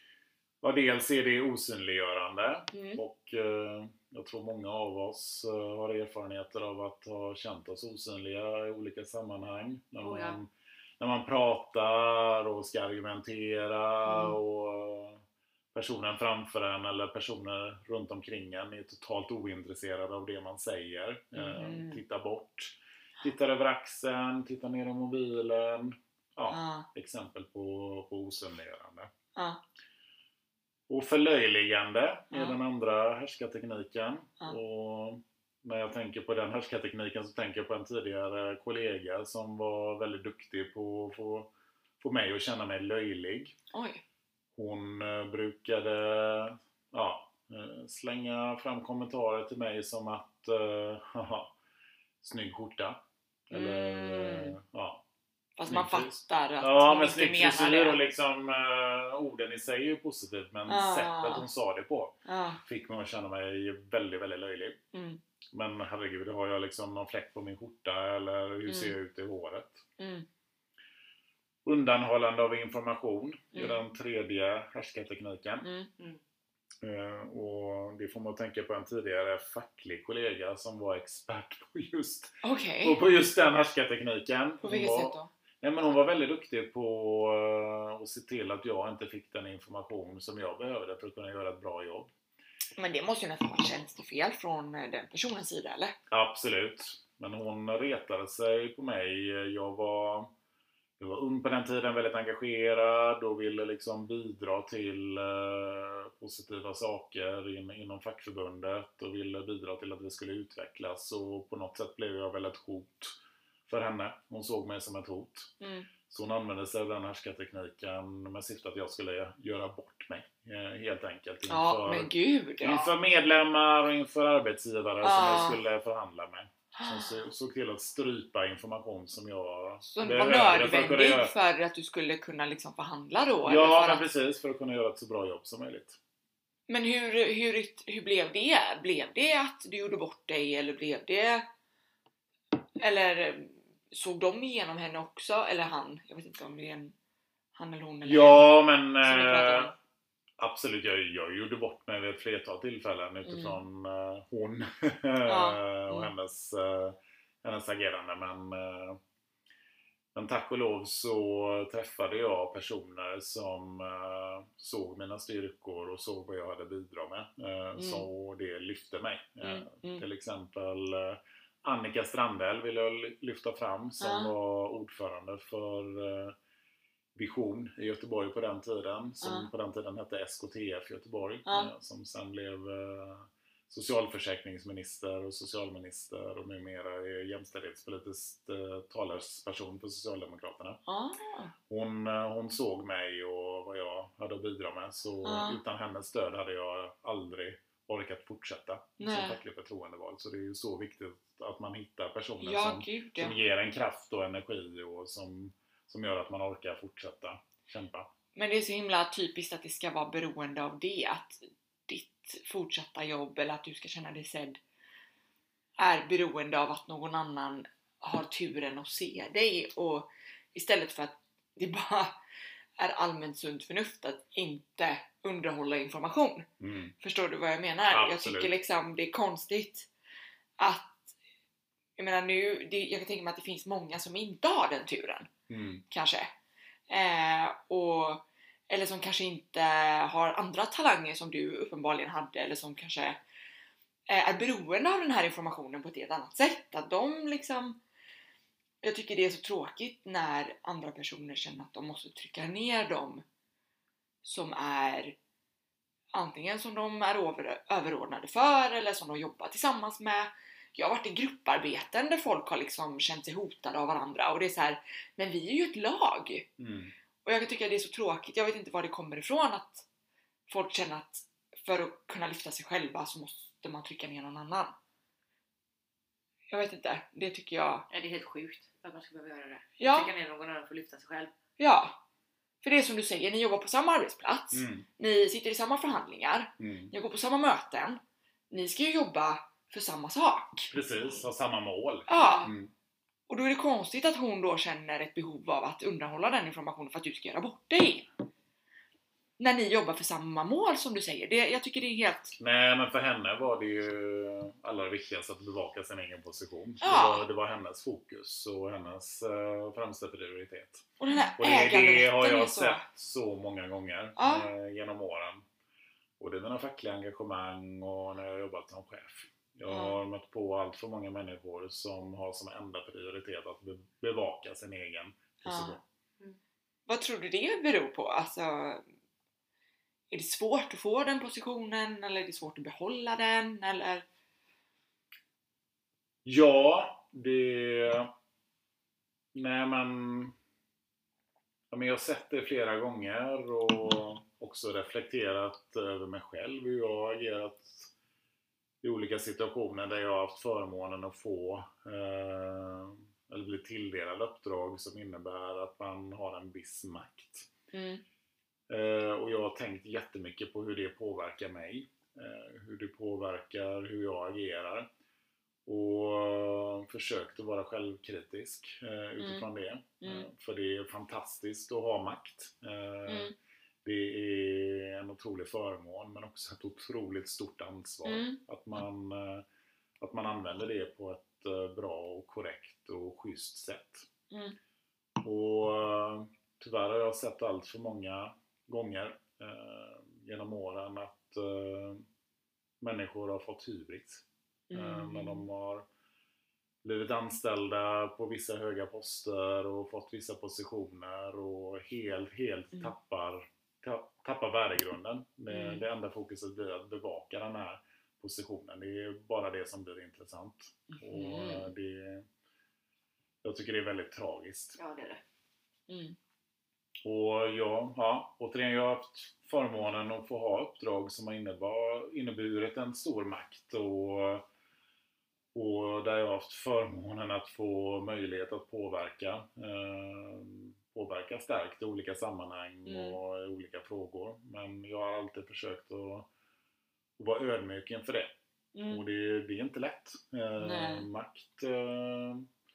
Ja, dels är det osynliggörande. Mm. Och eh, jag tror många av oss eh, har erfarenheter av att ha känt oss osynliga i olika sammanhang. När Oh, ja. man, när man pratar och ska argumentera Mm. och personen framför en eller personer runt omkring en är totalt ointresserade av det man säger. Eh, Mm. tittar bort, tittar över axeln, tittar ner i mobilen. Ja, Ja. exempel på, på osynliggörande. Ja. Och förlöjligande är Ja. den andra härskartekniken. Ja. Och när jag tänker på den härskartekniken så tänker jag på en tidigare kollega som var väldigt duktig på att få, få mig att känna mig löjlig. Oj. Hon eh, brukade ja, eh, slänga fram kommentarer till mig som att eh, haha, snygg skjorta. Eller Mm. eh, ja. Fast man Snygg fris- fattar att Ja, hon men inte snygg menar frisyr och det. liksom eh, orden i sig är ju positivt, men Ah. sättet hon sa det på Ja. fick mig att känna mig väldigt, väldigt löjlig. Mm. Men herregud, har jag liksom någon fläck på min skjorta eller hur Mm. ser jag ut i håret? Mm. Undanhållande av information är Mm. den tredje härskartekniken. Mm. Eh, och det får man tänka på en tidigare facklig kollega som var expert på just, Okej. på, på just den härskartekniken. På Hon vilket var, sätt då? Nej, men hon var väldigt duktig på uh, att se till att jag inte fick den information som jag behövde för att kunna göra ett bra jobb. Men det måste ju nästan vara tjänstefel från eh, den personens sida, eller? Absolut. Men hon retade sig på mig. Jag var, jag var ung på den tiden, väldigt engagerad och ville liksom bidra till eh, positiva saker in, inom fackförbundet och ville bidra till att det skulle utvecklas. Och på något sätt blev jag väl ett hot för henne. Hon såg mig som ett hot. Mm. Så hon använde sig av den härskartekniken med syfte att jag skulle göra bort mig. eh, Helt enkelt. Inför, Ja, men gud. Ja. inför medlemmar och inför arbetsgivare som Ah. jag skulle förhandla med. Som så- såg till att strypa information som jag Så det var behövde för att kunna nödvändigt göra. för att du skulle kunna liksom förhandla då? eller Ja, för men att... precis. För att kunna göra ett så bra jobb som möjligt. Men hur, hur, hur blev det? Blev det att du gjorde bort dig eller blev det... Eller såg de igenom henne också? Eller han? Jag vet inte om det är en... Han eller hon eller Ja, men Som vi pratade eh, om. absolut. Jag, jag gjorde bort mig vid ett flertal tillfällen utifrån eh, hon Ja, och mm. hennes, eh, hennes agerande. Men, eh, Men tack och lov så träffade jag personer som uh, såg mina styrkor och såg vad jag hade bidragit med. Uh, mm. Så det lyfte mig. Uh, mm. Mm. Till exempel uh, Annika Strandell vill jag lyfta fram som uh. var ordförande för uh, Vision i Göteborg på den tiden. Som uh. på den tiden hette S K T F Göteborg. Uh. Uh, som sen blev uh, socialförsäkringsminister och socialminister och numera är jämställdhetspolitisk eh, talesperson för Socialdemokraterna. Ah. Hon, hon såg mig och vad jag hade att bidra med, så ah. utan hennes stöd hade jag aldrig orkat fortsätta Nej. som facklig förtroendevald. Så det är ju så viktigt att man hittar personer ja, som, gud, ja. som ger en kraft och energi och som, som gör att man orkar fortsätta kämpa. Men det är så himla typiskt att det ska vara beroende av det, att ditt fortsatta jobb eller att du ska känna dig sedd är beroende av att någon annan har turen att se dig, och istället för att det bara är allmänt sunt förnuft att inte underhålla information. Mm. Förstår du vad jag menar? Absolut. Jag tycker liksom det är konstigt att jag menar nu, det, jag kan tänka mig att det finns många som inte har den turen. Mm. Kanske. Eh, och eller som kanske inte har andra talanger som du uppenbarligen hade. Eller som kanske är beroende av den här informationen på ett helt annat sätt. Att de liksom... Jag tycker det är så tråkigt när andra personer känner att de måste trycka ner dem som är antingen som de är över, överordnade för eller som de jobbar tillsammans med. Jag har varit i grupparbeten där folk har liksom känt sig hotade av varandra. Och det är så här, men vi är ju ett lag. Mm. Och jag tycker det är så tråkigt. Jag vet inte var det kommer ifrån att folk känner att för att kunna lyfta sig själva så måste man trycka ner någon annan. Jag vet inte. Det tycker jag... Ja, det är helt sjukt att man ska behöva göra det. Ja. Trycka ner någon annan för att lyfta sig själv. Ja. För det är som du säger, ni jobbar på samma arbetsplats. Mm. Ni sitter i samma förhandlingar. Mm. Ni går på samma möten. Ni ska ju jobba för samma sak. Precis, ha samma mål. Ja. Mm. Och då är det konstigt att hon då känner ett behov av att undanhålla den informationen för att du ska göra bort dig. När ni jobbar för samma mål som du säger. Det, jag tycker det är helt... Nej, men för henne var det ju allra viktigast att bevaka sin egen position. Ja. Det, var, det var hennes fokus och hennes uh, främsta prioritet. Och den här och det, det har jag så... sett så många gånger ja. uh, genom åren. Och det är mina fackliga engagemang och när jag har jobbat som chef. Jag har mm. mött på allt för många människor som har som enda prioritet att bevaka sin egen position. Ja. Mm. Vad tror du det beror på? Alltså, är det svårt att få den positionen? Eller är det svårt att behålla den? Eller? Ja, det... Nej, men... Ja, men jag har sett det flera gånger och också reflekterat över mig själv. Hur jag har agerat i olika situationer där jag har haft förmånen att få eh, eller bli tilldelad uppdrag som innebär att man har en viss makt. Mm. Eh, och jag har tänkt jättemycket på hur det påverkar mig. Eh, hur det påverkar hur jag agerar. Och försökt att vara självkritisk eh, utifrån mm. det. Mm. Eh, för det är fantastiskt att ha makt. Eh, mm. Det är en otrolig förmån men också ett otroligt stort ansvar. Mm. Att, man, att man använder det på ett bra och korrekt och schysst sätt. Mm. Och tyvärr har jag sett allt för många gånger eh, genom åren att eh, människor har fått hybris. Mm. Eh, när de har blivit anställda på vissa höga poster och fått vissa positioner och helt, helt mm. tappar tappar värdegrunden. Det, mm. det enda fokuset blir att bevaka den här positionen. Det är bara det som blir intressant. Mm. Och det, jag tycker det är väldigt tragiskt. Ja, det är det. Mm. Och ja, ja, återigen, jag har haft förmånen att få ha uppdrag som har innebar, inneburit en stor makt och, och där jag har haft förmånen att få möjlighet att påverka eh, påverka starkt i olika sammanhang mm. och i olika frågor. Men jag har alltid försökt att, att vara ödmjuk inför det. Mm. Och det, det är inte lätt. Eh, makt, eh,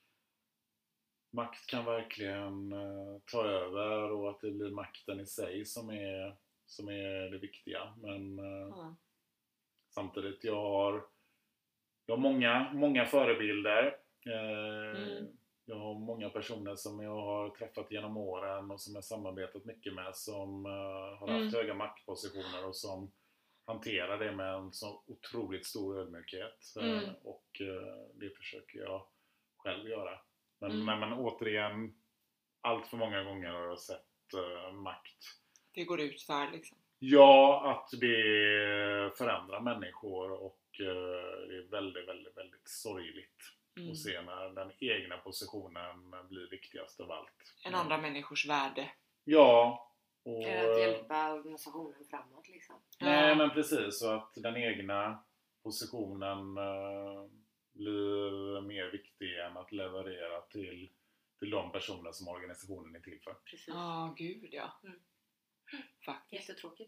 makt kan verkligen eh, ta över och att det blir makten i sig som är, som är det viktiga. Men eh, mm. samtidigt jag har, jag har många, många förebilder. Eh, mm. jag har många personer som jag har träffat genom åren och som jag samarbetat mycket med som uh, har haft Mm. höga maktpositioner och som hanterar det med en så otroligt stor ödmjukhet. Mm. Uh, och uh, det försöker jag själv göra. Men, Mm. men, men återigen, allt för många gånger har jag sett uh, makt. Det går ut för liksom. Ja, att det förändrar människor och uh, det är väldigt, väldigt, väldigt sorgligt. Mm. Och se när den egna positionen blir viktigast av allt. En andra människors värde. Ja. Och, Eller att hjälpa organisationen framåt liksom. nej Ja. men precis. Så att den egna positionen uh, blir mer viktig än att leverera till, till de personer som organisationen är till för. Precis. Ja, gud ja. Mm. Faktiskt. Jättetråkigt.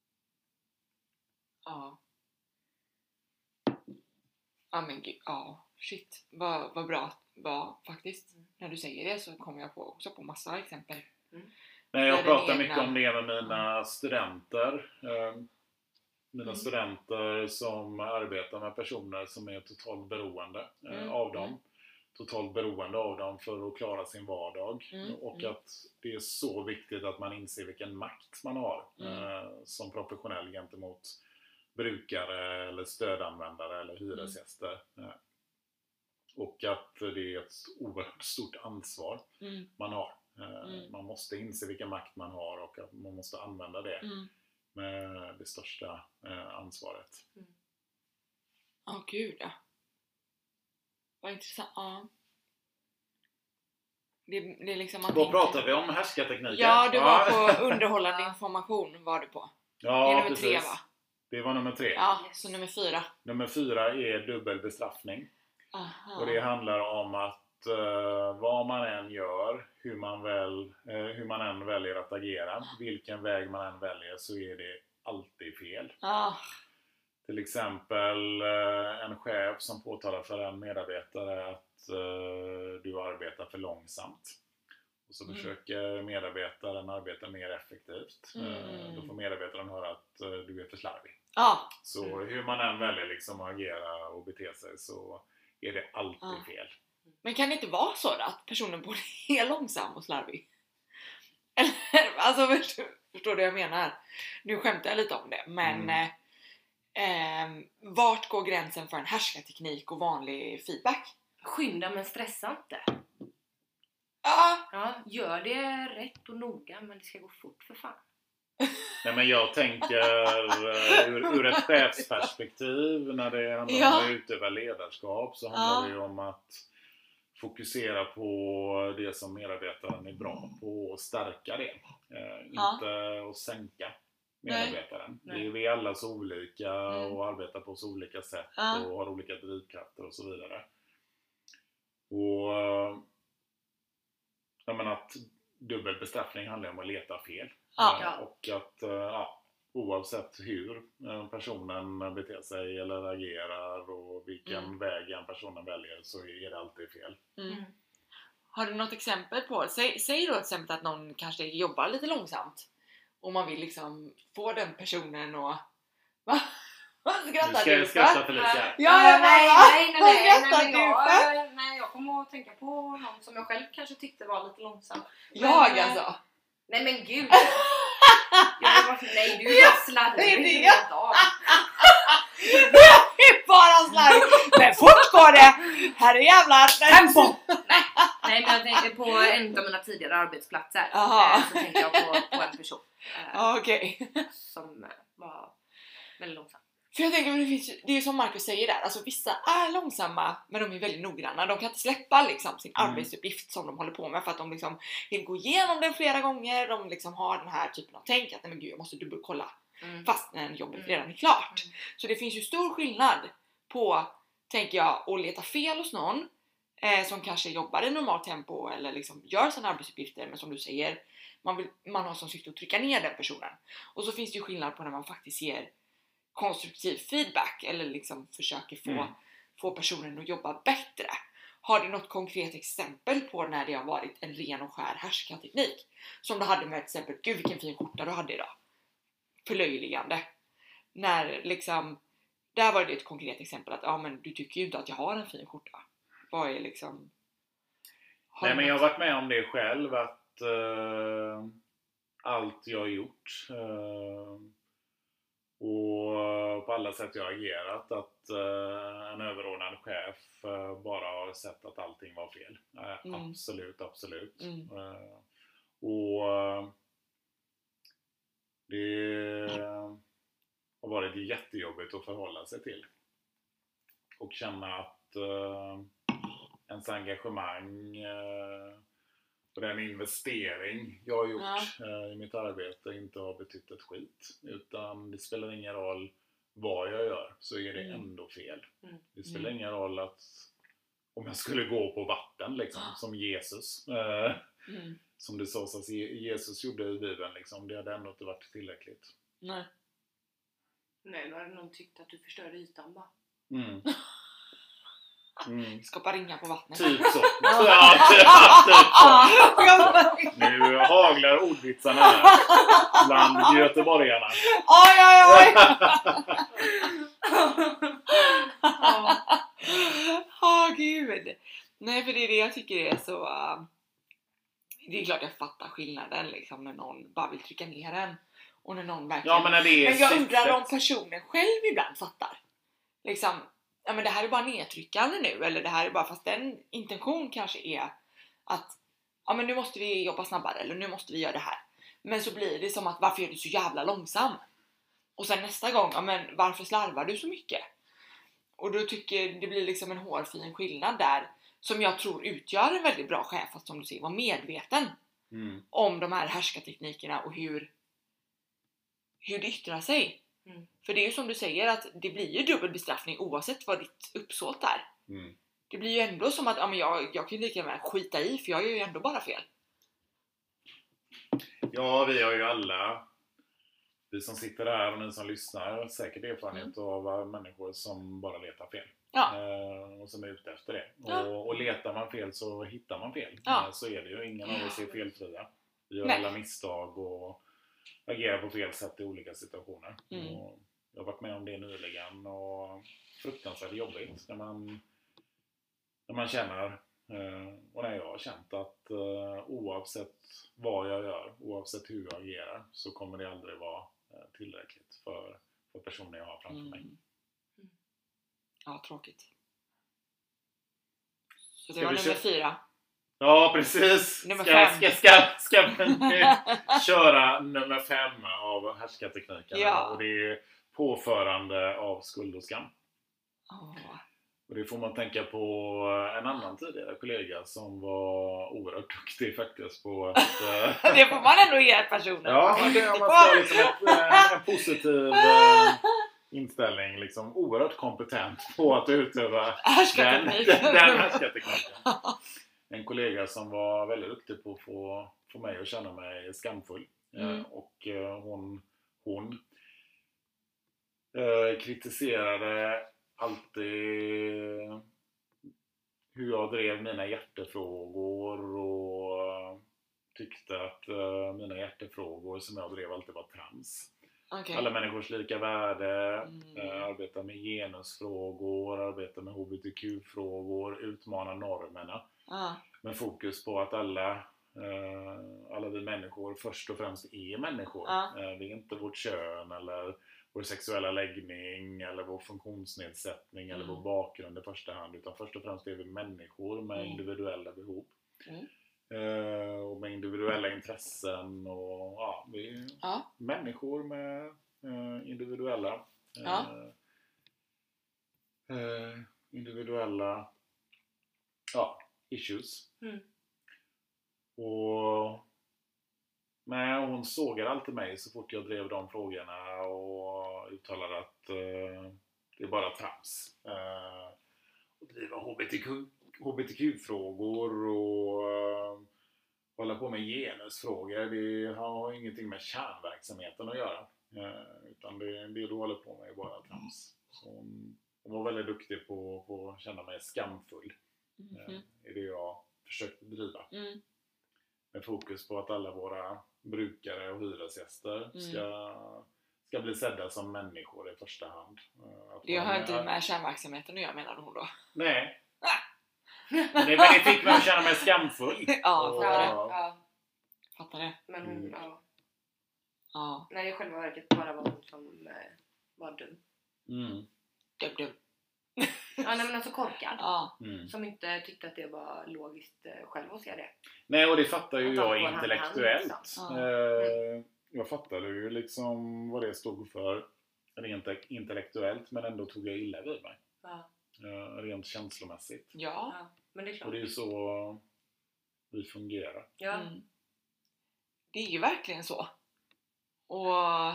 Ja. Ja men gud, ja. Shit. Vad, vad bra var faktiskt. Mm. När du säger det så kommer jag på, också på massa exempel. Nej, jag Där den pratar egna- mycket om det med mina studenter. Eh, Mina Mm. studenter som arbetar med personer som är totalt beroende eh, Mm. av dem. Mm. Totalt beroende av dem för att klara sin vardag. Mm. Och Mm. att det är så viktigt att man inser vilken makt man har Mm. eh, som professionell gentemot brukare eller stödanvändare eller hyresgäster. Eh, och att det är ett oerhört stort ansvar Mm. man har. Eh, Mm. Man måste inse vilken makt man har och att man måste använda det Mm. med det största eh, ansvaret. Ja, gud ja. Vad intressant. Ja. Det, det är liksom man Då tänker- pratar vi om härskartekniker. Ja, du var på underhållande information var du på. Det är Ja, nummer precis. tre va? Det var nummer tre. Ja, Yes. så nummer fyra. Nummer fyra är dubbel bestraffning. Aha. Och det handlar om att eh, vad man än gör, hur man, väl, eh, hur man än väljer att agera, vilken väg man än väljer, så är det alltid fel. Ah, Till exempel eh, en chef som påtalar för en medarbetare att eh, du arbetar för långsamt. Och så Mm. försöker medarbetaren arbeta mer effektivt. Mm. Eh, då får medarbetaren höra att eh, du är för slarvig. ah, Så Mm. hur man än väljer liksom att agera och bete sig så är det alltid Ah. fel. men kan det inte vara så då, att personen både är långsam och slarvig? Eller, alltså förstår, förstår du vad jag menar? Nu skämtar jag lite om det, men Mm. eh, ehm, vart går gränsen för en härskarteknik och vanlig feedback? Skynda men stressa inte. Ja, Ja, gör det rätt och noga men det ska gå fort för fan. Nej, men jag tänker eh, ur, ur ett chefsperspektiv när det handlar Ja. om att utöva ledarskap så handlar Ja. det ju om att fokusera på det som medarbetaren är bra på och stärka det. Eh, Ja. inte att sänka Nej. medarbetaren. Nej. Det är vi alla så olika Mm. och arbetar på så olika sätt Ja. och har olika drivkrafter och så vidare. Och eh, jag menar att dubbel bestraffning handlar om att leta fel. Ja. Eh, Och att eh, ja, oavsett hur eh, personen beter sig eller agerar och vilken Mm. väg en personen väljer så är det alltid fel. mm. Mm. Har du något exempel på, säg, säg då till exempel att någon kanske jobbar lite långsamt och man vill liksom få den personen och... Va? Vad Nu skrattar ska du jag för? skratta Felicia. Ja, jag nej, bara, nej, nej, vad nej, nej, skrattar men du jag, för? nej, jag kommer att tänka på någon som jag själv kanske tyckte var lite långsam. Jag Men, eh, alltså? Nej men gud! Jag var, nej du är bara slarvig. det är det. Du är helt av. Det är bara slarv! Men fort går det! Här är jävlar tempo! Nej men jag tänkte på en av mina tidigare arbetsplatser. Aha. Eh, Så tänkte jag på, på en person eh, Ja, okej. som eh, var väldigt långsam. För jag tänker, det, finns, ju- det är ju som Marcus säger där, alltså vissa är långsamma men de är väldigt noggranna. De kan inte släppa liksom sin Mm. arbetsuppgift som de håller på med för att de liksom vill gå igenom den flera gånger. De liksom har den här typen av tänk att nej men gud jag måste dubbelkolla Mm. fast när jobbet Mm. redan är klart. Mm. Så det finns ju stor skillnad på, tänker jag, att leta fel hos någon eh, som kanske jobbar i normalt tempo eller liksom gör sina arbetsuppgifter men som du säger, man, vill, man har som syfte att trycka ner den personen. Och så finns det ju skillnad på när man faktiskt ger konstruktiv feedback eller liksom försöker få, Mm. få personen att jobba bättre. Har du något konkret exempel på när det har varit en ren och skär härskarteknik? Som du hade med till exempel, gud vilken fin skjorta du hade idag. Förlöjligande. När liksom, där var det ett konkret exempel att ja men du tycker ju inte att jag har en fin skjorta. Vad är liksom... Har Nej, du men jag har något? varit med om det själv, att eh, allt jag har gjort eh, och på alla sätt jag har agerat, att eh, en överordnad chef eh, bara har sett att allting var fel. Eh, Mm. Absolut, absolut. Mm. Eh, och eh, det har varit jättejobbigt att förhålla sig till. Och känna att eh, ens engagemang eh, och den investering jag har gjort Ja. eh, i mitt arbete inte har betytt ett skit. Utan det spelar ingen roll vad jag gör, så är det Mm. ändå fel. Mm. Det spelar Mm. ingen roll att om jag skulle gå på vatten liksom, som Jesus. Eh, Mm. som det sades att Jesus gjorde i Bibeln liksom, det hade ändå inte varit tillräckligt. Nej. Nej, då hade någon tyckt att du förstörde ytan bara. Mm. Mm. Skapa ringar på vattnet. Typ så. Ja, typ, typ så. Nu haglar ordvitsarna här bland göteborgarna. Oj, oj, oj! Åh gud. Nej, för det är det jag tycker är så... Uh, det är klart jag fattar skillnaden liksom, när någon bara vill trycka ner en. Och när någon verkligen... Ja, men när det är men jag undrar syftet. om personen själv ibland fattar. Liksom, ja men det här är bara nedtryckande nu. Eller det här är bara, fast den intention kanske är att ja men nu måste vi jobba snabbare. Eller nu måste vi göra det här. Men så blir det som att, varför är du så jävla långsam? Och sen nästa gång, ja men varför slarvar du så mycket? Och då tycker det blir liksom en hårfin skillnad där. Som jag tror utgör en väldigt bra chef, att som du säger, vara medveten Mm. om de här härskarteknikerna och hur, hur det yttrar sig. Mm. För det är ju som du säger, att det blir ju dubbel bestraffning oavsett vad ditt uppsåt är. Mm. Det blir ju ändå som att ja, men jag, jag kan ju lika gärna skita i, för jag gör ju ändå bara fel. Ja, vi har ju alla, vi som sitter här och ni som lyssnar, säkert erfarenhet Mm. av människor som bara letar fel. Ja. Eh, och som är ute efter det. Ja. Och, och letar man fel så hittar man fel. Ja. Eh, så är det ju. Ingen av oss är felfria. Vi gör Nej. alla misstag och agerar på fel sätt i olika situationer. Mm. Och jag har varit med om det nyligen och fruktansvärt jobbigt när man, när man känner eh, och när jag har känt att eh, oavsett vad jag gör, oavsett hur jag agerar, så kommer det aldrig vara eh, tillräckligt för, för personen jag har framför mig. Mm. Ja, tråkigt. Så det Ska var vi nummer köra? fyra. Ja, precis. Nummer ska, fem. Ska, ska, ska vi nu köra nummer fem av härskarteknikerna. Ja. Och det är påförande av skuld och skam. Åh. Och det får man tänka på en annan tidigare kollega som var oerhört duktig faktiskt på att... eh, Det får man ändå ge personen. ja, Man men är det, om duktig man på. ska ha liksom ett, eh, en positiv eh, inställning. Liksom, oerhört kompetent på att utöva den, Härskarteknik. den, den härskartekniken. En kollega som var väldigt duktig på att få, få mig att känna mig skamfull. Mm. Eh, och eh, hon, hon eh, kritiserade alltid hur jag drev mina hjärtefrågor och eh, tyckte att eh, mina hjärtefrågor som jag drev alltid var trams. Okej. Alla människors lika värde, Mm. eh, arbeta med genusfrågor, arbeta med H B T Q-frågor, utmana normerna. Ja. Med fokus på att alla, eh, alla vi människor först och främst är människor. Ja. Eh, det är inte vårt kön eller vår sexuella läggning eller vår funktionsnedsättning eller Mm. vår bakgrund i första hand. Utan först och främst är vi människor med Mm. individuella behov. Mm. Eh, och med individuella intressen. Och ja, vi är Ja. människor med eh, individuella eh, Ja. eh, individuella ja, issues. Mm. Och men hon sågade alltid mig så fort jag drev de frågorna och uttalade att eh, det är bara trams. Eh, och driva H B T Q, H B T Q-frågor och eh, hålla på med genusfrågor. Det har ingenting med kärnverksamheten att göra. Eh, utan det, det du håller på med är bara trams. Så hon, hon var väldigt duktig på, på att känna mig skamfull. Eh, Mhm. i det jag försökte driva. Mm. Med fokus på att alla våra brukare och hyresgäster Mm. ska, ska bli sedda som människor i första hand. Eh, Att Det vara har inte med- med kärnverksamheten att göra, menar hon då? Nej. Men det, men det fick mig att känna mig skamfull. Ja, Och- fattar det. Ja, ja. Fattar det. Men hon, Mm. ja. Ja. Nej, i själva verket bara var hon som eh, var dum. Mm. Dum, dum. Ja, nej, men alltså korkad. Ja. Mm. Som inte tyckte att det var logiskt eh, själv att se det. Nej, och det fattar ju Att de jag går hand i hand, intellektuellt. liksom. Eh, jag fattade ju liksom vad det stod för rent intellektuellt, men ändå tog jag illa vid mig. Ja. Eh, rent känslomässigt. Ja. Ja. Men det är klart. Och det är ju så vi fungerar. Ja. Mm. Det är ju verkligen så. Och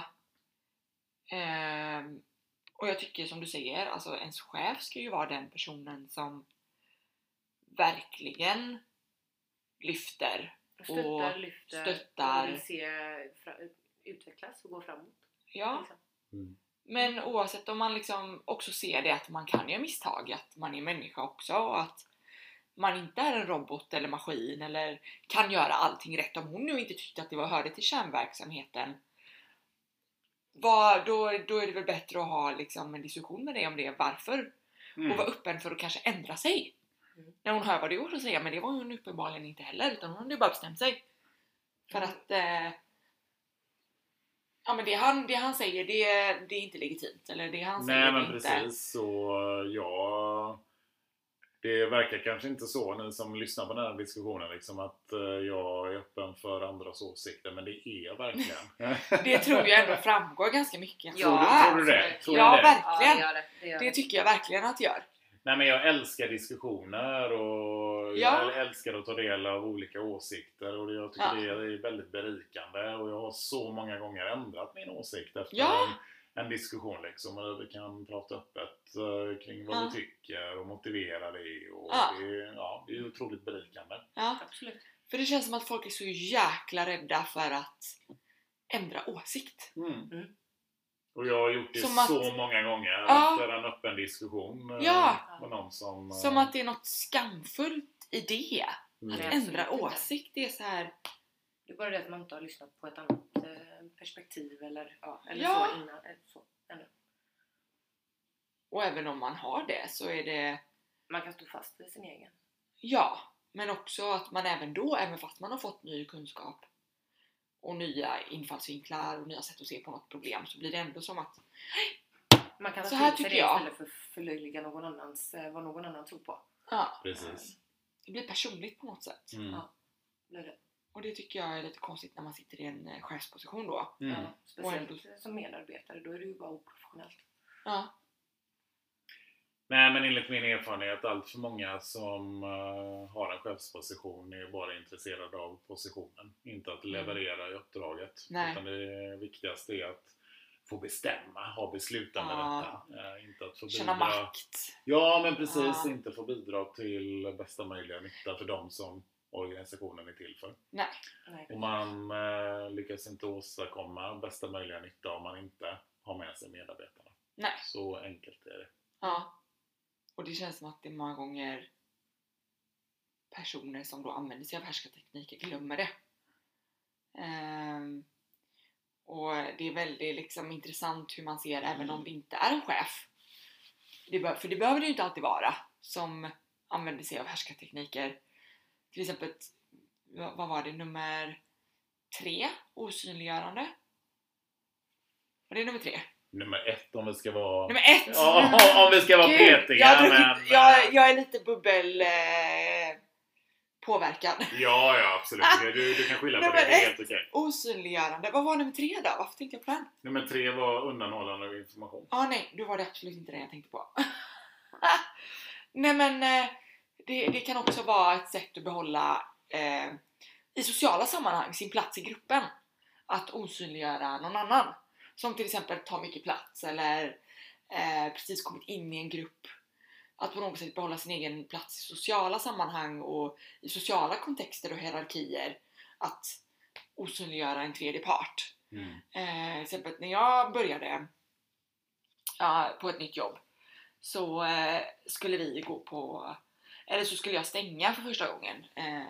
ehm, och jag tycker som du säger, alltså ens chef ska ju vara den personen som verkligen lyfter. Stöttar, Och lyfter. stöttar. Och vill se fra- utvecklas och gå framåt. Ja, Liksom. Mm. men oavsett om man liksom också ser det att man kan göra misstag, att man är människa också och att man inte är en robot eller maskin eller kan göra allting rätt. Om hon nu inte tyckte att det var hörde till kärnverksamheten, vad, då, då är det väl bättre att ha liksom en diskussion med dig om det, varför, Mm. och vara öppen för att kanske ändra sig. Mm. När hon hör vad du har att säga, men det var hon uppenbarligen inte heller, utan hon hade ju bara bestämt sig. För Mm. att eh, ja, men det han, det han säger, det, det är inte legitimt. Eller det han säger, Nej, det men är inte... precis. Så ja, det verkar kanske inte så, ni som lyssnar på den här diskussionen, liksom, att eh, jag är öppen för andras åsikter, men det är jag verkligen. Det tror jag ändå framgår ganska mycket. att Tror jag du- är. tror du det? Tror Ja, du det? verkligen. Ja, det gör det. Det, gör Det det. tycker jag verkligen att det gör. Nej, men jag älskar diskussioner och Ja. jag älskar att ta del av olika åsikter, och jag tycker Ja. det är väldigt berikande, och jag har så många gånger ändrat min åsikt efter Ja. en, en diskussion liksom, och vi kan prata öppet eh, kring vad Ja. vi tycker och motivera det, och Ja. det, är- ja, det är otroligt berikande. Ja. Absolut. För det känns som att folk är så jäkla rädda för att ändra åsikt. Mm. Mm. Och jag har gjort det Som att- så många gånger Ja. efter en öppen diskussion eh, Ja. med någon som... eh, Som att det är något skamfullt i det. mm. Att Nej, ändra absolut inte. åsikt, det är så här. Det är bara det att man inte har lyssnat på ett annat eh, perspektiv eller, ja, eller Ja. så innan. eh, Så, ännu. Och även om man har det så är det, Man kan stå fast vid sin egen. ja, men också att man även då, även fast man har fått ny kunskap och nya infallsvinklar och nya sätt att se på något problem, så blir det ändå som att Man kan Så ha här till sig det tycker jag. istället för att förlöjliga någon annans, eh, vad någon annan tror på. ja, Precis. det blir personligt på något sätt. Mm. Ja. Blir det. Och det tycker jag är lite konstigt när man sitter i en eh, chefsposition då. Mm. Ja, speciellt Och som medarbetare, då är det ju bara oprofessionellt. Ja, Nej, men enligt min erfarenhet, allt för många som uh, har en chefsposition är bara intresserade av positionen, inte att leverera i uppdraget. Nej. Utan det viktigaste är att få bestämma, ha beslutande Ja. rätten. Uh, inte att få känna bidra. makt. Ja, men precis. Ja. Inte få bidra till bästa möjliga nytta för dem som organisationen är till för. Nej, Nej. Och man uh, lyckas inte åstadkomma bästa möjliga nytta om man inte har med sig medarbetarna. nej. Så enkelt är det. Ja. Och det känns som att det är många gånger personer som då använder sig av härskartekniker glömmer det. Ehm, och det är väldigt liksom intressant hur man ser även om det inte är en chef. Det be- för det behöver det ju inte alltid vara som använder sig av härskartekniker. Till exempel, vad vad var det, nummer tre, osynliggörande? Var det nummer tre? Nummer ett om vi ska vara... Nummer ett! Ja, om vi ska vara Gud, petiga, jag, har druckit, men... jag, jag är lite bubbel eh, påverkad. Ja, ja, absolut. Du, du kan skylla på Nummer det, det är ett. helt okej. Osynliggörande. Vad var nummer tre då? Varför tänkte jag på den? Nummer tre var undanhållande av information. Ah, nej, då var det absolut inte det jag tänkte på. Nej, men eh, det, det kan också vara ett sätt att behålla eh, i sociala sammanhang sin plats i gruppen. Att osynliggöra någon annan. Som till exempel tar mycket plats eller eh, precis kommit in i en grupp. Att på något sätt behålla sin egen plats i sociala sammanhang och i sociala kontexter och hierarkier. Att osynliggöra en tredje part. Mm. Eh, till exempel när jag började ja, på ett nytt jobb så eh, skulle vi gå på, eller så skulle jag stänga för första gången. Eh,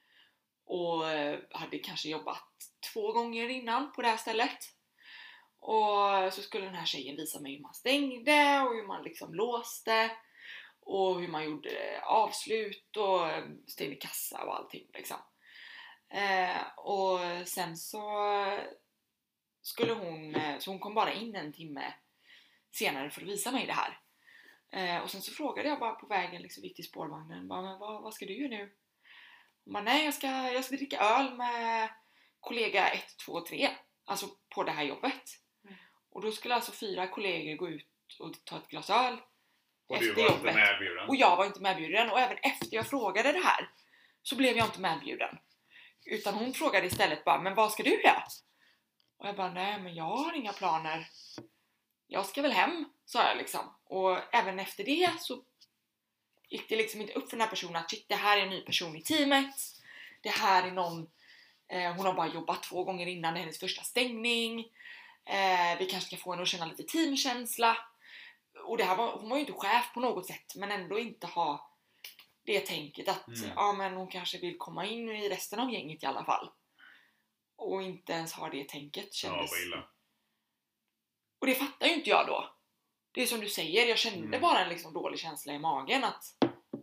och eh, hade kanske jobbat två gånger innan på det här stället. Och så skulle den här tjejen visa mig hur man stängde och hur man liksom låste. och hur man gjorde avslut och stängde kassa och allting liksom. Eh, och sen så skulle hon, så hon kom bara in en timme senare för att visa mig det här. Eh, och sen så frågade jag bara på vägen liksom, gick till spårvagnen, bara, men vad, vad ska du göra nu? Hon bara, nej jag ska, jag ska dricka öl med kollega ett, två, tre, alltså på det här jobbet. Mm. Och då skulle alltså fyra kollegor gå ut och ta ett glas öl. Och du var inte medbjuden. Och jag var inte medbjuden. Och även efter jag frågade det här så blev jag inte medbjuden. Utan hon frågade istället bara, men vad ska du göra? Och jag bara, nej men jag har inga planer. Jag ska väl hem, sa jag liksom. Och även efter det så gick det liksom inte upp för den här personen att shit, det här är en ny person i teamet. Det här är någon, eh, hon har bara jobbat två gånger innan hennes första stängning. Eh, vi kanske ska få henne att känna lite teamkänsla. Och det här var, hon var ju inte chef på något sätt, men ändå inte ha det tänket att mm. ja, men hon kanske vill komma in i resten av gänget i alla fall. Och inte ens ha det tänket kändes. Ja, illa. Och det fattar ju inte jag då. Det är som du säger, jag kände mm. bara en liksom dålig känsla i magen att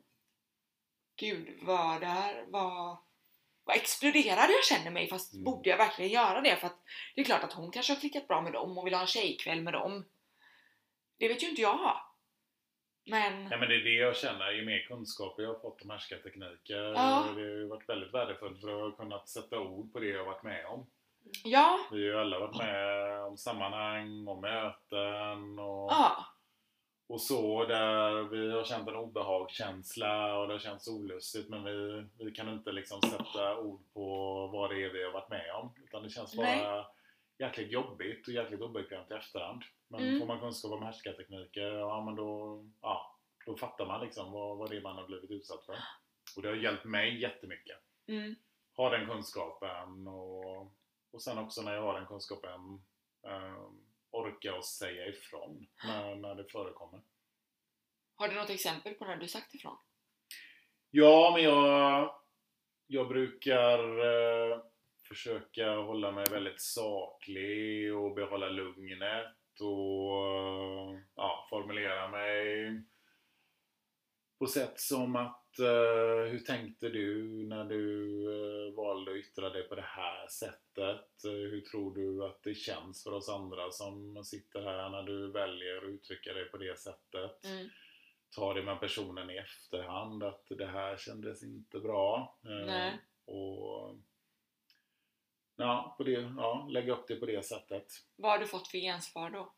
gud, vad där vad, vad exploderade jag känner mig, fast mm. borde jag verkligen göra det? För att det är klart att hon kanske har klickat bra med dem och vill ha en tjejkväll med dem. Det vet ju inte jag. Men... Ja, men det är det jag känner. Ju mer kunskap jag har fått om härskartekniker, ja. Det har varit väldigt värdefullt för att ha kunnat sätta ord på det jag har varit med om. Ja. Vi har ju alla varit med om sammanhang och möten och, ja. och så där vi har känt en obehagskänsla och det har känts olustigt, men vi, vi kan inte liksom sätta ord på vad det är vi har varit med om, utan det känns bara Nej. jäkligt jobbigt och jäkligt obekvämt i efterhand. Men mm. får man kunskap om härskartekniker, ja men då, ja, då fattar man liksom vad, vad det är man har blivit utsatt för. Och det har hjälpt mig jättemycket. Mm. Ha den kunskapen och, och sen också när jag har den kunskapen um, orka och säga ifrån när, när det förekommer. Har du något exempel på när du sagt ifrån? Ja, men jag, jag brukar uh, försöka hålla mig väldigt saklig och behålla lugnet. Och ja, formulera mig på sätt som att uh, hur tänkte du när du uh, valde att yttra dig på det här sättet? Uh, hur tror du att det känns för oss andra som sitter här när du väljer att uttrycka dig på det sättet? Mm. Ta det med personen i efterhand att det här kändes inte bra. Uh, Nej. Och ja, på det, ja, lägga upp det på det sättet. Vad har du fått för gensvar då?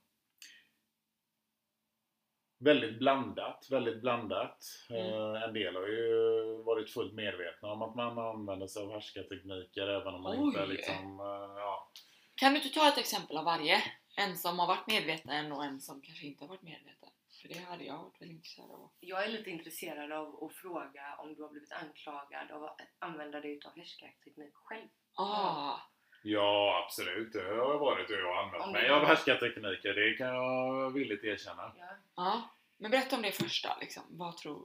Väldigt blandat, väldigt blandat. Mm. Uh, en del har ju varit fullt medvetna om att man använder sig av härskartekniker även om man Oj. inte liksom, uh, ja. Kan du inte ta ett exempel av varje? En som har varit medveten och en som kanske inte har varit medveten. För det hade jag varit väldigt intresserad av. Jag är lite intresserad av att fråga om du har blivit anklagad av att använda dig av härskarteknik själv. Ah. Ja, absolut. Det har varit och jag har använt Om mig det- av härskartekniker. Det kan jag villigt erkänna. Ja. Ja. Men berätta om det första liksom. Vad tror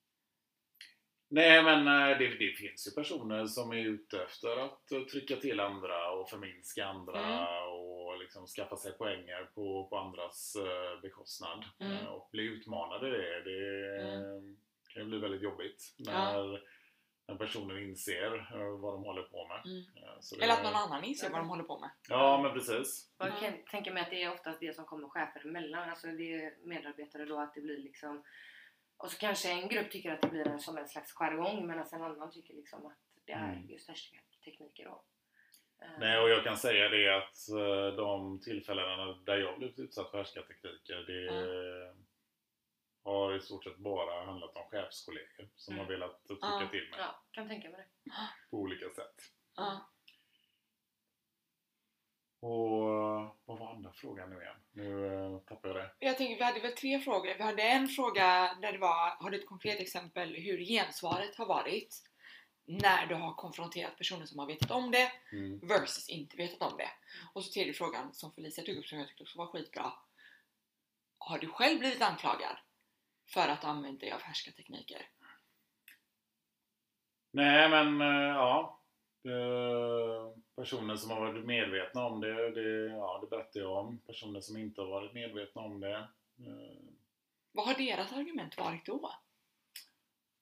Nej, men eh, det, det finns ju personer som är ute efter att eh, trycka till andra och förminska andra Mm. och liksom skaffa sig poänger på, på andras eh, bekostnad. Mm. Eh, och bli utmanade i det. Det Mm. kan ju bli väldigt jobbigt när, när personen inser eh, vad de håller på med. Mm. Eh, så det- Eller att någon annan inser vad de håller på med. Ja, men precis. Och jag Mm. kan tänka mig att det är oftast det som kommer chefer emellan. Alltså det är medarbetare då, att det blir liksom... Och så kanske en grupp tycker att det blir en, som en slags jargong, medan en annan tycker liksom att det är Mm. just härskartekniker då. Eh, Nej, och jag kan säga det att eh, de tillfällena där jag blivit utsatt för härskartekniker, det har i stort sett bara handlat om chefskollegor som Mm. har velat trycka Ja. till mig Ja, kan tänka mig det. på olika sätt. Ja. Och vad var andra frågan nu igen? Nu eh, tappar jag det. Jag tänker, vi hade väl tre frågor. Vi hade en fråga där det var, har du ett konkret exempel hur gensvaret har varit när du har konfronterat personer som har vetat om det Mm. versus inte vetat om det. Och så tredje frågan som Felicia tog upp som jag tyckte också var skitbra. Har du själv blivit anklagad för att använda dig av härskartekniker? Nej, men eh, ja. Eh, personer som har varit medvetna om det, det, ja, det berättar jag om. Personer som inte har varit medvetna om det. Eh, Vad har deras argument varit då?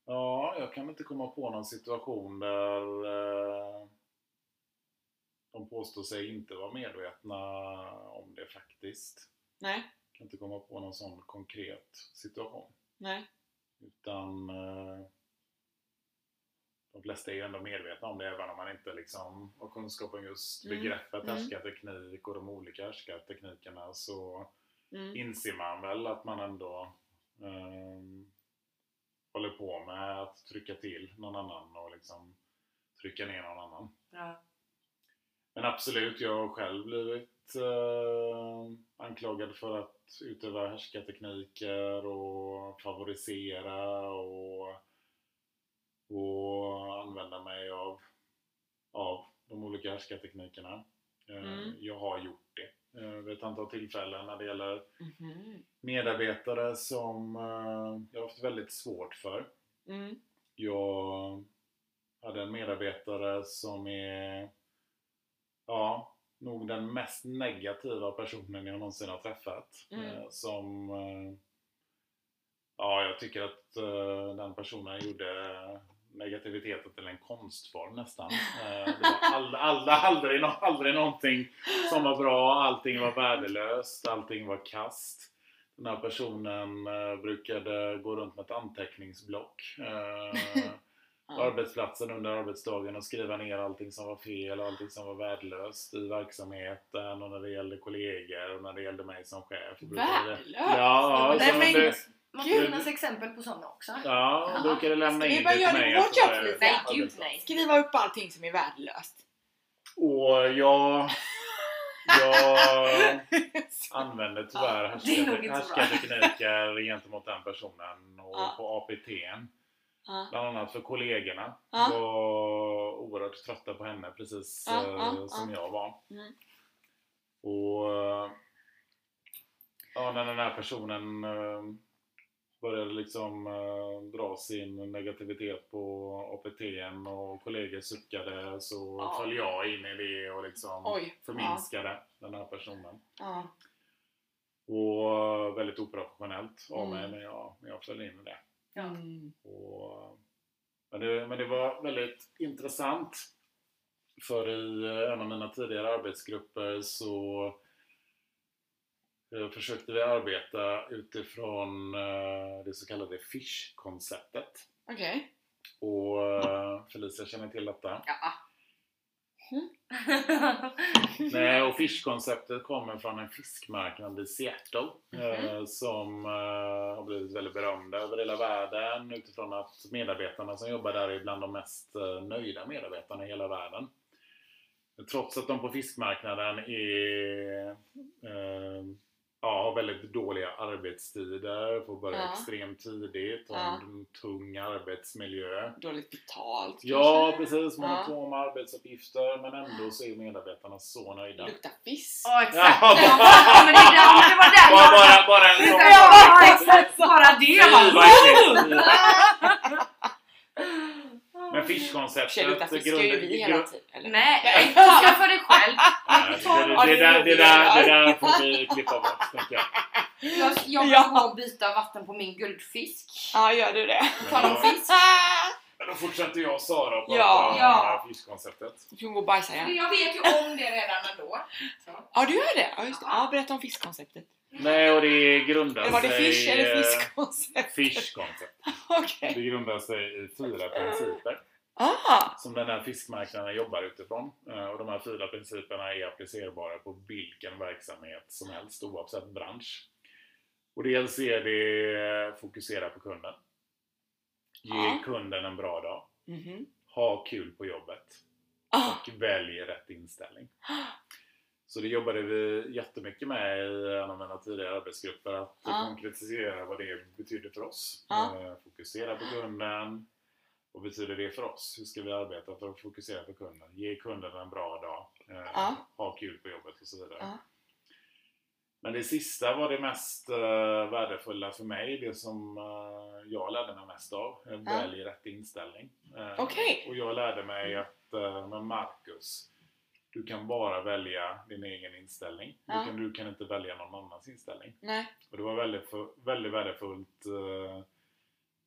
Ja, jag kan inte komma på någon situation där eh, de påstår sig inte vara medvetna om det faktiskt. Nej. Jag kan inte komma på någon sån konkret situation. Nej. Utan eh, de flesta är ju ändå medvetna om det, även om man inte liksom har kunskap om just Mm. begreppet Mm. härskarteknik och de olika härskarteknikerna, så Mm. inser man väl att man ändå eh, håller på med att trycka till någon annan och liksom trycka ner någon annan. Ja. Men absolut, jag har själv blivit eh, anklagad för att utöva härskartekniker och favorisera och, och använda mig av, av de olika härskarteknikerna. Eh, Mm. Jag har gjort det eh, vid ett antal tillfällen när det gäller Mhm. medarbetare som eh, jag har haft väldigt svårt för. Mm. Jag hade en medarbetare som är, ja, nog den mest negativa personen jag någonsin har träffat. Mm. Eh, som, eh, ja, jag tycker att eh, den personen gjorde negativiteten till en konstform nästan. Eh, det var all, all, aldrig, aldrig någonting som var bra, allting var värdelöst, allting var kast. Den här personen eh, brukade gå runt med ett anteckningsblock eh, på arbetsplatsen under arbetsdagen och skriva ner allting som var fel och allting som var värdelöst i verksamheten och när det gällde kollegor och när det gällde mig som chef. Värdelöst? Ja, Nej, så men- det, Måste Gud. finnas exempel på sådana också. ja, Ja. brukade lämna Ska vi in bara det göra till det mig på vårt efter, jobb lite? Nej, eh, gud arbetsdagen. nej. Skriva upp allting som är värdelöst. Och jag, jag använde tyvärr Ja, det är nog härskar- inte så bra. härskartekniker gentemot den personen och Ja. på A P T:n. Ja. Bland annat för kollegorna Ja. var oerhört trötta på henne precis Ja, eh, ja, som ja. jag var. Mm. Och eh, ja, när den här personen eh, började liksom eh, dra sin negativitet på A P T:n och kollegor suckade, så Ja. föll jag in i det och liksom Oj. förminskade den här personen. Ja. Och väldigt oprofessionellt av mig, Mm. men jag, men jag föll in i det. Ja. Mm. Och, men, det, men det var väldigt intressant, för i en av mina tidigare arbetsgrupper så eh, försökte vi arbeta utifrån eh, det så kallade fish-konceptet. Okej. Och eh, Felicia känner till detta. Ja. Nej, och fish-konceptet kommer från en fiskmarknad i Seattle eh, Mhm. som eh, har blivit väldigt berömda över hela världen, utifrån att medarbetarna som jobbar där är bland de mest eh, nöjda medarbetarna i hela världen. Trots att de på fiskmarknaden är, eh, ja, har väldigt dåliga arbetstider, får börja Ja. extremt tidigt och Ja. en tung arbetsmiljö. Dåligt betalt Ja, kanske? precis. Ja. Monotona arbetsuppgifter, men ändå så är medarbetarna så nöjda. Luktar fisk. Ja, exakt. Ja. Ja, men det, är där, det var där Bara, jag... bara, bara en sån Ja, exakt. Bara det. Fy, vad äckligt. Men Tjej fish-konceptet luktar fisk gör ju vi hela grund- tiden. Eller? Nej, tala för dig själv. Nej, det, Ja, det, det är där, det, det där, vi det gör. där får vi klippa bort, tänker jag. Jag, jag vill Ja. gå och byta vatten på min guldfisk. Ja, gör du det? Tala om fisk. Men då fortsätter jag och Sara att prata Ja. om Ja. ja. fish-konceptet. Du kan gå och bajsa igen. Jag vet ju om det redan ändå. Så. Ja, du gör det? Ja, just det. Ja, berätta om fiskkonceptet. Nej, och det grundar Eller var det sig... fish eller eh, fiskkoncept? Fish-koncept. Okej. Det grundar sig i fyra principer Ah! som den här fiskmarknaden jobbar utifrån. Eh, Och de här fyra principerna är applicerbara på vilken verksamhet som helst, oavsett bransch. Och dels är det fokusera på kunden. Ge Ja. kunden en bra dag. Mhm. Ha kul på jobbet. Ah! Och välj rätt inställning. Så det jobbade vi jättemycket med i en av mina tidigare arbetsgrupper, att Ja. konkretisera vad det betyder för oss. Ja. Eh, Fokusera på kunden. Vad betyder det för oss? Hur ska vi arbeta för att fokusera på kunden? Ge kunden en bra dag. Eh, Ja. Ha kul på jobbet och så vidare. Ja. Men det sista var det mest eh, värdefulla för mig. Det som eh, jag lärde mig mest av. Eh, Välj rätt inställning. Eh, Okej. Och jag lärde mig att eh, med Marcus, du kan bara välja din egen inställning. Ja. Du, kan, du kan inte välja någon annans inställning. Nej. Och det var väldigt, för, väldigt värdefullt eh,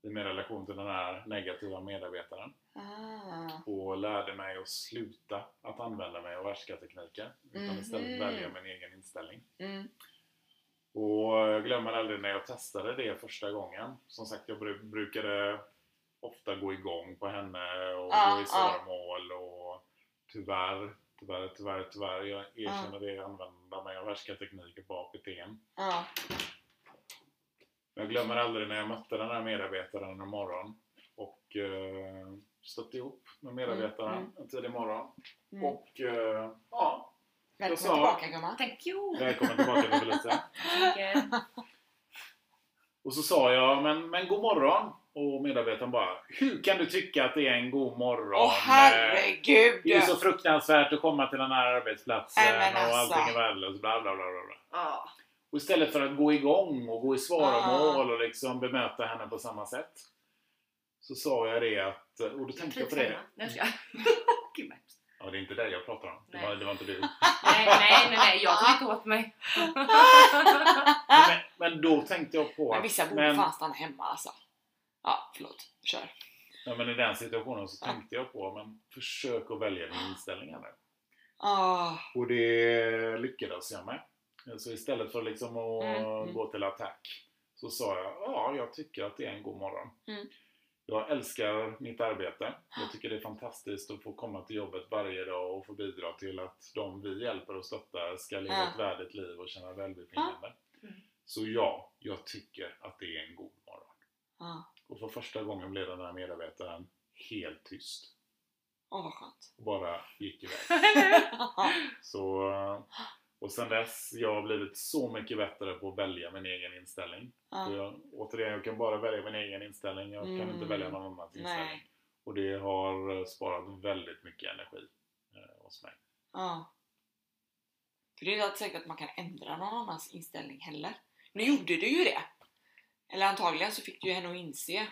i min relation till den här negativa medarbetaren. Ah. Och lärde mig att sluta att använda mig av härskartekniker. Utan Mhm. istället välja min egen inställning. Mm. Och jag glömmer aldrig när jag testade det första gången. Som sagt, jag bru- brukade ofta gå igång på henne och Ah, gå i ah. svaromål. Och tyvärr, tyvärr, tyvärr, tyvärr. Jag erkänner det, jag använder mig av härskartekniker på A P T:n. Ja. Men jag glömmer aldrig när jag mötte den här medarbetaren en morgon. Och eh, stötte ihop med medarbetaren Mm, mm. en tidig morgon. Mm. Och eh, ja, Välkommen sa- tillbaka gumman. Thank you! välkommen tillbaka till Felicia. Tack. Och så sa jag, men, men god morgon. Och medarbetaren bara, hur kan du tycka att det är en god morgon? Åh herregud! Det är så fruktansvärt att komma till den här arbetsplatsen Nej, men och alltså. allting är värdelöst, bla bla bla bla. Ja. Och istället för att gå igång och gå i svaromål och liksom bemöta henne på samma sätt. Så sa jag det att, och då tänkte jag på det. Nej, jag ska. Gud, vad hemskt. Ja, det är inte det jag pratar om. Det Nej. var, det var inte du. Nej, nej, nej, nej, jag tar inte åt mig. Men, men då tänkte jag på att... Men vissa borde men, fan stanna hemma alltså. Ja, förlåt. Kör. ja, men i den situationen så tänkte jag på, men försök att välja din inställning här. Ah. Och det lyckades jag med. Så istället för liksom att Mm, mm. gå till attack så sa jag, ja, jag tycker att det är en god morgon. Mm. Jag älskar mitt arbete. Jag tycker det är fantastiskt att få komma till jobbet varje dag och få bidra till att de vi hjälper och stöttar ska leva Ja. ett värdigt liv och känna välbefinnande. Mm. Så ja, jag tycker att det är en god morgon. Ah. Och för första gången blev den här medarbetaren helt tyst. Åh vad skönt. Och bara gick iväg. Så, och sen dess, jag har blivit så mycket bättre på att välja min egen inställning. Ja. För jag, återigen, jag kan bara välja min egen inställning. Jag kan Mm. inte välja någon annans inställning. Nej. Och det har sparat väldigt mycket energi eh, hos mig. Ja. För det är inte alltid säkert att man kan ändra någon annans inställning heller. Nu gjorde du ju det. Eller antagligen så fick du ju henne att inse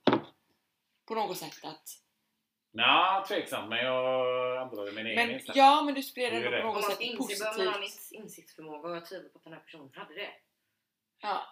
på något sätt att... Nja, tveksamt, men jag ändrade min egen Men, inställning. ja, men du spred Det är ändå det. på Om något man sätt ska inse behöver man ha en positivt. ins- insiktsförmåga och jag tvivlar på att den här personen hade det. Ja.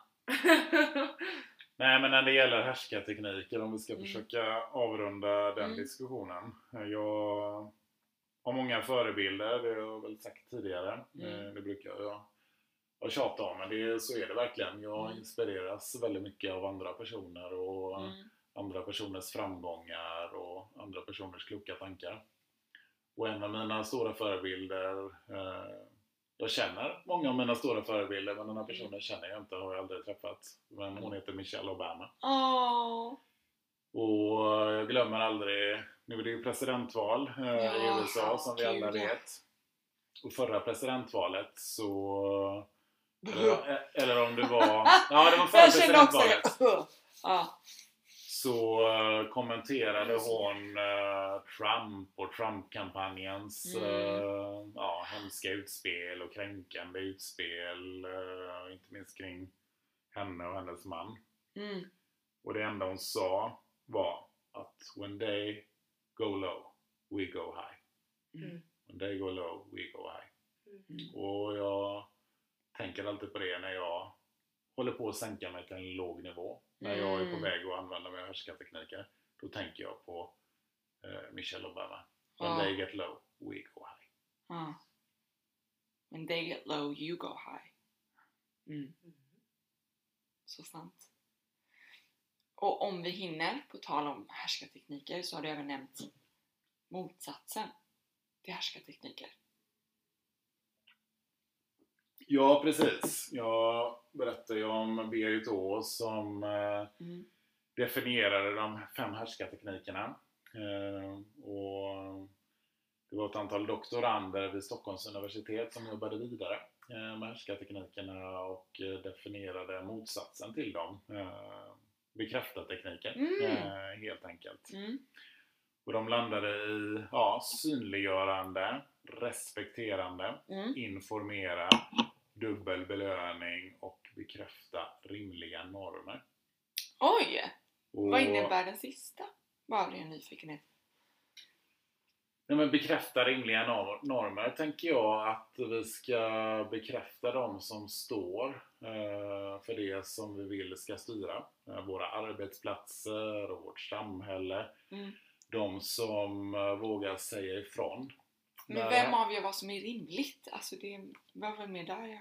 Nej, men när det gäller härskartekniker, om vi ska Mm. försöka avrunda den Mm. diskussionen. Jag har många förebilder, det har jag väl sagt tidigare. Mm. Eh, Det brukar jag, jag tjata om, men det, så är det verkligen. Jag Mm. inspireras väldigt mycket av andra personer och Mm. andra personers framgångar och andra personers kloka tankar. Och en av mina stora förebilder, eh, jag känner många av mina stora förebilder, men den här personen känner jag inte, har jag aldrig träffat. Men hon heter Michelle Obama. Åh. Och jag glömmer aldrig, nu är det ju presidentval eh, i Ja, U S A som vi alla gud, ja. vet. Och förra presidentvalet så... Eller, eller om det var... Ja, det var förra Jag kände också presidentvalet. det. Ja. Så eh, kommenterade hon eh, Trump och Trump-kampanjens Mm. eh, ja, hemska utspel och kränkande utspel. Eh, inte minst kring henne och hennes man. Mm. Och det enda hon sa var att when they go low, we go high. Mm. When they go low, we go high. Mm. Och jag tänker alltid på det när jag håller på att sänka mig till en låg nivå. När jag är på Mm. väg att använda mig av härskartekniker. Då tänker jag på eh, Michelle Obama. When Ja. they get low, we go high. Ja. When they get low, you go high. Mm. Så sant. Och om vi hinner, på tal om härskartekniker, så har du även nämnt motsatsen till härskartekniker. Ja, precis. Jag berättade ju om Berit Ås som eh, Mm. definierade de fem härskarteknikerna. Eh, och det var ett antal doktorander vid Stockholms universitet som jobbade vidare eh, med härskarteknikerna och eh, definierade motsatsen till dem. Eh, bekräftartekniker, Mm. eh, helt enkelt. Mm. Och de landade i ja, synliggörande, respekterande, Mm. informera, dubbel belöning och bekräfta rimliga normer. Oj! Och Vad innebär den sista? Bara ren nyfikenhet. Nej, men bekräfta rimliga nor- normer tänker jag att vi ska bekräfta dem som står eh, för det som vi vill ska styra. Eh, våra arbetsplatser och vårt samhälle. Mm. De som eh, vågar säga ifrån. Men När- vem avgör vad som är rimligt? Alltså det var väl med där, ja.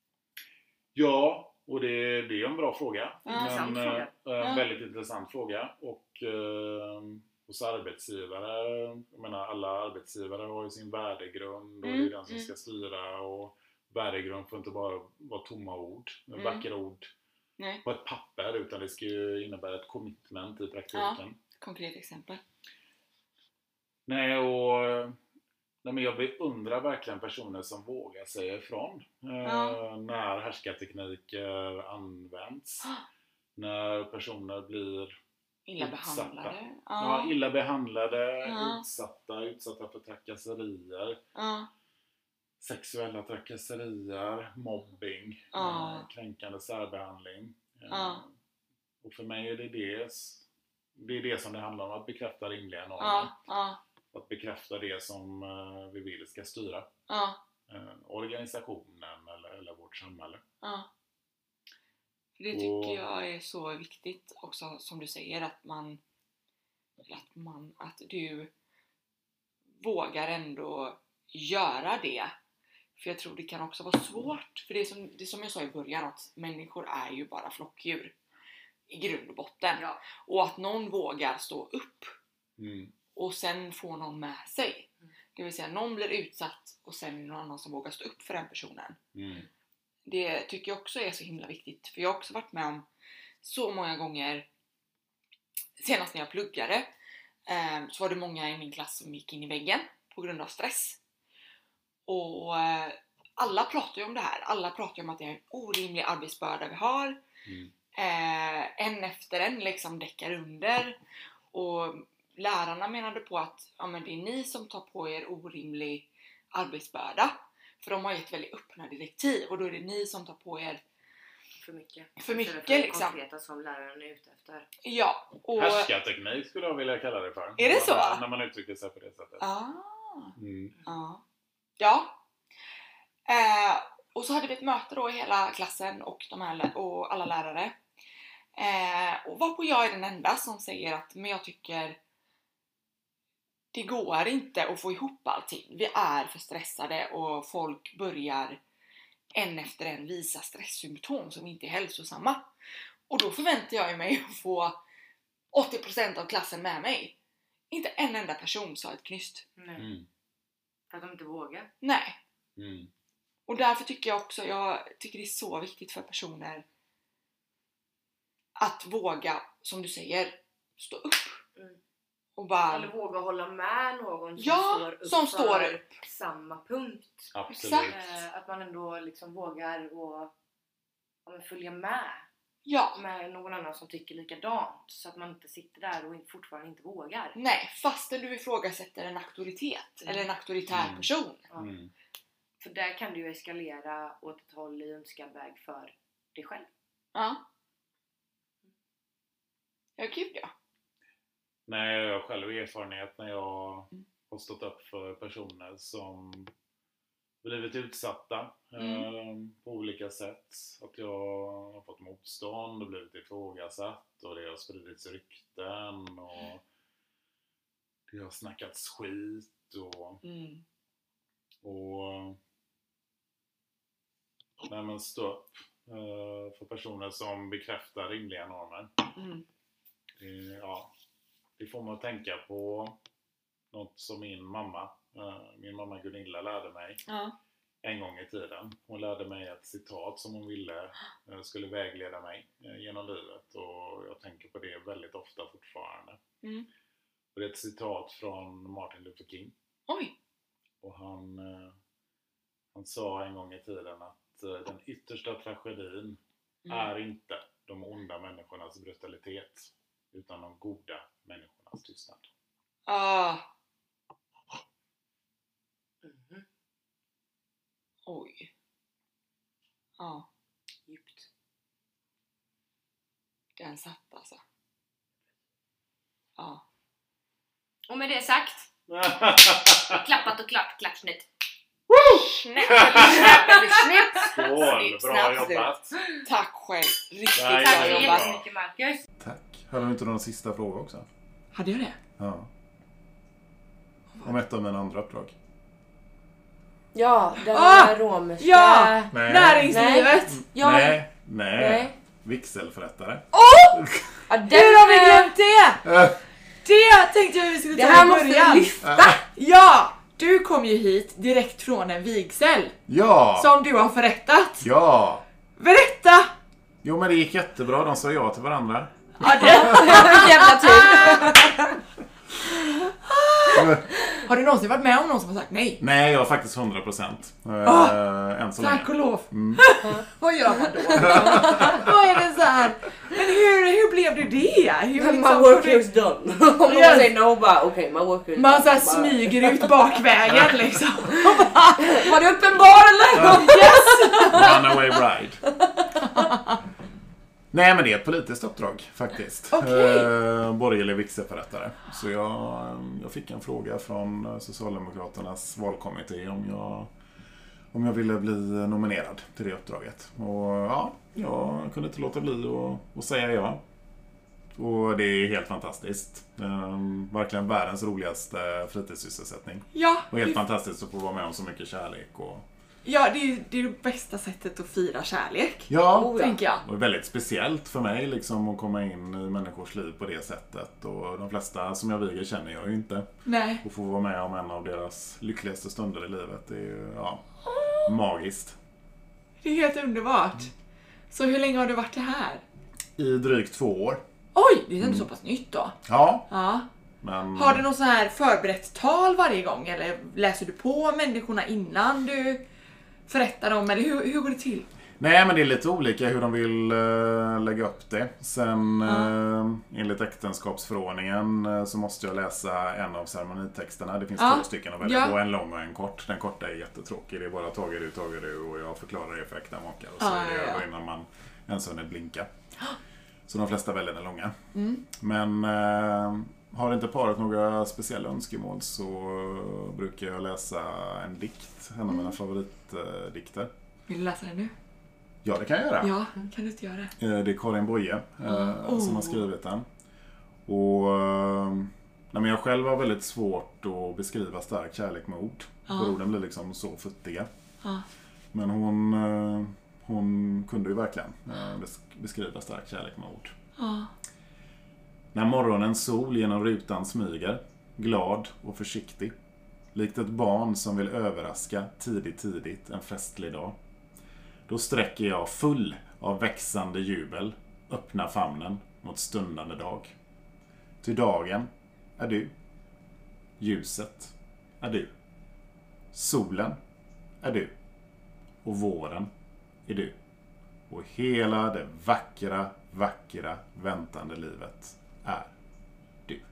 Ja, och det, det är en bra fråga. Ja, men, intressant fråga. eh, en Ja. väldigt intressant fråga. Och eh, hos arbetsgivare, jag menar alla arbetsgivare har ju sin värdegrund och Mm, det är den som mm. ska styra. Och värdegrund får inte bara vara tomma ord, Mm. vackra ord Nej, på ett papper, utan det ska ju innebära ett commitment i praktiken. konkret exempel. Nej, och nej, men jag beundrar verkligen personer som vågar säga ifrån eh, Ja. när härskartekniker används. Ah. När personer blir Illa Utsatta. behandlade. ja. Ja. illa behandlade, Ja. utsatta, utsatta för trakasserier, Ja. sexuella trakasserier, mobbing, Ja. eh, kränkande särbehandling. Eh, Ja. Och för mig är det det, det är det som det handlar om, att bekräfta rimliga normer. Ja. Ja. Att bekräfta det som eh, vi vill ska styra Ja. eh, organisationen eller, eller vårt samhälle. Ja. För det tycker Och- jag är så viktigt också, som du säger, att man att man, att du vågar ändå göra det. För jag tror det kan också vara svårt, för det är som, det är som jag sa i början, att människor är ju bara flockdjur i grund och botten. Ja. Och att någon vågar stå upp Mm. och sen får någon med sig. Mm. Det vill säga någon blir utsatt och sen är det någon annan som vågar stå upp för den personen. Mm. Det tycker jag också är så himla viktigt. För jag har också varit med om så många gånger, senast när jag pluggade, eh, så var det många i min klass som gick in i väggen på grund av stress. Och eh, alla pratar ju om det här. Alla pratar ju om att det är en orimlig arbetsbörda vi har. Mm. Eh, en efter en liksom däckar under. Och lärarna menade på att ja, men det är ni som tar på er orimlig arbetsbörda. För de har gett väldigt öppna direktiv. Och då är det ni som tar på er För mycket. För mycket, Istället för det liksom. konkreta som läraren är ute efter. Ja, och... Härskarteknik skulle jag vilja kalla det för. Är det så? När man, när man uttrycker sig på det sättet. Ah, Mm. ja. Ja. Eh, och så hade vi ett möte då i hela klassen och, de här, lä- och alla lärare. Eh, och varpå jag är den enda som säger att men jag tycker det går inte att få ihop allting. Vi är för stressade och folk börjar en efter en visa stresssymptom som inte är hälsosamma. Och då förväntar jag mig att få åttio procent av klassen med mig. Inte en enda person sa ett knyst. Nej. Mm. För att de inte vågar. Nej. Mm. Och därför tycker jag också, jag tycker det är så viktigt för personer att våga, som du säger, stå upp. Mm. Och bara... Eller våga hålla med någon som Ja, står upp som står för upp. samma punkt. Absolut. Exakt. Eh, att man ändå liksom vågar och, ja, men följa med Ja. med någon annan som tycker likadant. Så att man inte sitter där och inte- fortfarande inte vågar. Nej, fastän du ifrågasätter en auktoritet. Mm. Eller en auktoritär Mm. person. Ja. Mm. För där kan du ju eskalera åt ett håll i önskad väg för dig själv. Ja. Ja, gud ja. Nej, jag har själv erfarenhet när jag Mm. har stått upp för personer som blivit utsatta Mm. eh, på olika sätt. Att jag har fått motstånd och blivit ifrågasatt och det har spridits rykten och det har snackats skit och, Mm. och nej, men stå upp eh, för personer som bekräftar rimliga normer. Mm. Det, ja, det får man tänka på något som min mamma, eh, min mamma Gunilla lärde mig Ja. en gång i tiden. Hon lärde mig ett citat som hon ville eh, skulle vägleda mig eh, genom livet och jag tänker på det väldigt ofta fortfarande. Mm. Och det är ett citat från Martin Luther King Oj. och han, eh, han sa en gång i tiden att eh, den yttersta tragedin Mm. är inte de onda människornas brutalitet utan de goda människornas tystnad. Ah. Mhm. Oj. Ja, Djupt. den satt alltså. Ja. Och med det sagt, Klappat och klart, klatschnytt. Skål, bra jobbat. Tack själv. Riktigt Nej, bra Tack så jobbat. jobbat. jättemycket, Marcus. Tack. Har du inte någon sista fråga också? Hade jag det? Ja. Om ett av mina andra uppdrag. Ja, den Ah! där romerska. Ja! Nej. Näringslivet! Ja. Nej, nej. Nej. Vigselförrättare. Ja, den Hur har vi glömt det? Äh, Det tänkte jag vi skulle Det ta här i måste början. vi lyfta. äh, Ja! Du kom ju hit direkt från en vigsel ja! som du har förrättat. Ja! Berätta! Jo, men det gick jättebra. De sa ja till varandra. Ja, det... Jävla tur. Har du någonsin varit med om någon som har sagt nej? Nej, jag har faktiskt hundra procent. Ah! Äh, än så länge. Tack och lov. Mm. Vad gör man då? Vad är det så här? Men hur, hur blev det det? Hur, My liksom, work hur- is done. Om någon Yes. säger no, bara okej, okay, my work is Man done. så här Bara, smyger ut bakvägen liksom. var det uppenbar eller? Runaway bride. Nej, men det är ett politiskt uppdrag faktiskt. Okej. Eh, borgerlig vigselförrättare. Så jag, jag fick en fråga från Socialdemokraternas valkommitté om jag, om jag ville bli nominerad till det uppdraget. Och ja, jag kunde inte låta bli att, att säga ja. Och det är helt fantastiskt. Eh, verkligen världens roligaste fritidssysselsättning. Ja, Och helt det, fantastiskt att få vara med om så mycket kärlek. Och, ja det, är, det är det bästa sättet att fira kärlek. ja, Oh, ja. Tänker jag. och väldigt speciellt för mig liksom att komma in i människors liv på det sättet. Och de flesta som jag viger känner jag ju inte. Nej. Och få vara med om en av deras lyckligaste stunder i livet. Det är ju, ja, magiskt. Det är helt underbart. Så hur länge har du varit här? I drygt två år. Oj, det är inte så pass nytt då. Ja, Ja. men... Har du någon så här förberett tal varje gång? Eller läser du på människorna innan du förrättar dem? Eller hur, hur går det till? Nej, men det är lite olika hur de vill uh, lägga upp det. Sen Ja. uh, enligt äktenskapsförordningen uh, så måste jag läsa en av ceremonitexterna. Det finns Ja. två stycken att välja Ja. på, en lång och en kort. Den korta är jättetråkig. Det är bara tager du, tager du och jag förklarar det för äkta makar. Och så Ja, är det ja, ja. över innan man ens hunnit blinka. Så de flesta väljer den långa. Mm. Men uh, har inte paret några speciella önskemål så brukar jag läsa en dikt. En av mina favoritdikter. Vill du läsa det nu? Ja, det kan jag göra. Ja, kan du inte göra det? Eh, Det är Karin Boye eh, Oh. som har skrivit den. Och eh, nej, men jag själv har väldigt svårt att beskriva stark kärlek med ord. Ja. För orden blir liksom så futtiga. Ja. Men hon, eh, hon kunde ju verkligen eh, besk- beskriva stark kärlek med ord. Ja. När morgonens sol genom rutan smyger, glad och försiktig. Likt ett barn som vill överraska tidigt tidigt en festlig dag. Då sträcker jag full av växande jubel, öppna famnen mot stundande dag. Till dagen är du. Ljuset är du. Solen är du. Och våren är du. Och hela det vackra, vackra, väntande livet är du.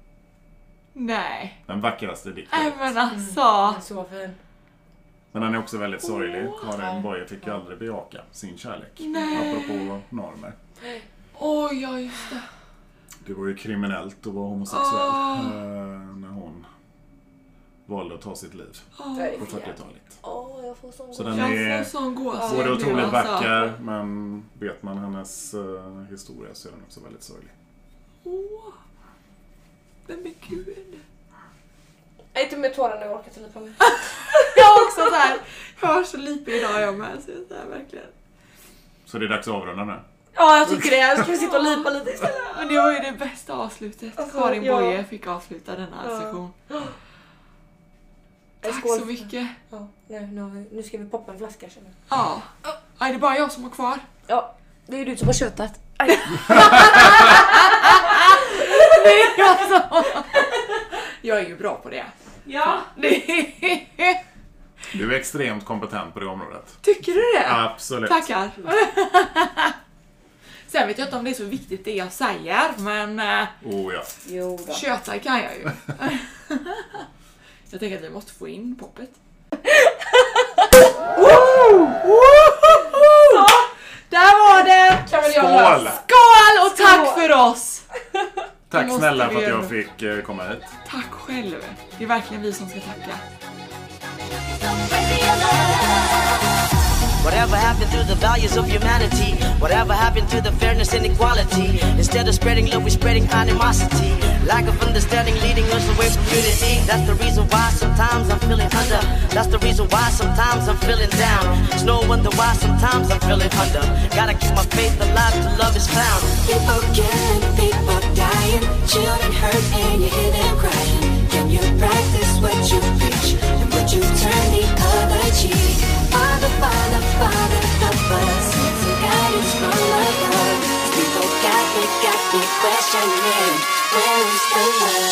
Nej. Den vackraste dikten. Även alltså. Den är så fin. Men den är också väldigt sorglig. Åh. Karin Boye fick ju aldrig bejaka sin kärlek. Nej. Apropå normer. Oj, ja just det. Det var ju kriminellt att vara homosexuell Åh. eh, när hon valde att ta sitt liv Åh. Nej. på fyrtiotalet. Åh, jag får sån Så den Jag är får sån gåshud både nu, otroligt alltså. vacker, men vet man hennes uh, historia så är den också väldigt sorglig. Åh. Men men gud. Jag är inte med tårarna, jag orkar inte lipa med. Jag har också så här. Jag har så lipig idag jag med. Så jag så här, verkligen. Så det är dags att avrunda nu. Ja, jag tycker det. Ska vi sitta och lipa lite istället? Men det var ju det bästa avslutet. Alltså, Karin ja. Boye fick avsluta denna Ja. session. Nej, Tack skål. så mycket. Ja, nej, nu, har vi, nu ska vi poppa en flaska, känner jag. Ja. Nej, det är bara jag som har kvar. Ja, det är ju du som har köttat. Aj. Det är jag som... Jag är ju bra på det. Ja. Det är... Du är extremt kompetent på det området. Tycker du det? Absolut. Tackar. Sen vet jag inte om det är så viktigt det jag säger, men äh, Oh ja. Jo då. köta kan jag ju. Jag tänker att vi måste få in poppet. Där var det! Kan väl Skål! jag lösa? Skål och tack Skål. för oss! Tack måste snälla vi för att jag ändå- fick eh, komma hit. Tack själv. Det är verkligen vi som ska tacka. Whatever happened to the values of humanity? Whatever happened to the fairness and equality? Instead of spreading love, we're spreading animosity. Lack of understanding leading us away from unity. That's the reason why sometimes I'm feeling under. That's the reason why sometimes I'm feeling down. It's no wonder why sometimes I'm feeling under. Gotta keep my faith alive till love is found. People killing, people dying, children hurt and you hear them crying. Can you practice what you preach and would you turn the other cheek? Father, Father, Father, help us. Send some guidance from above. People got me, got me questioning. Where is the love?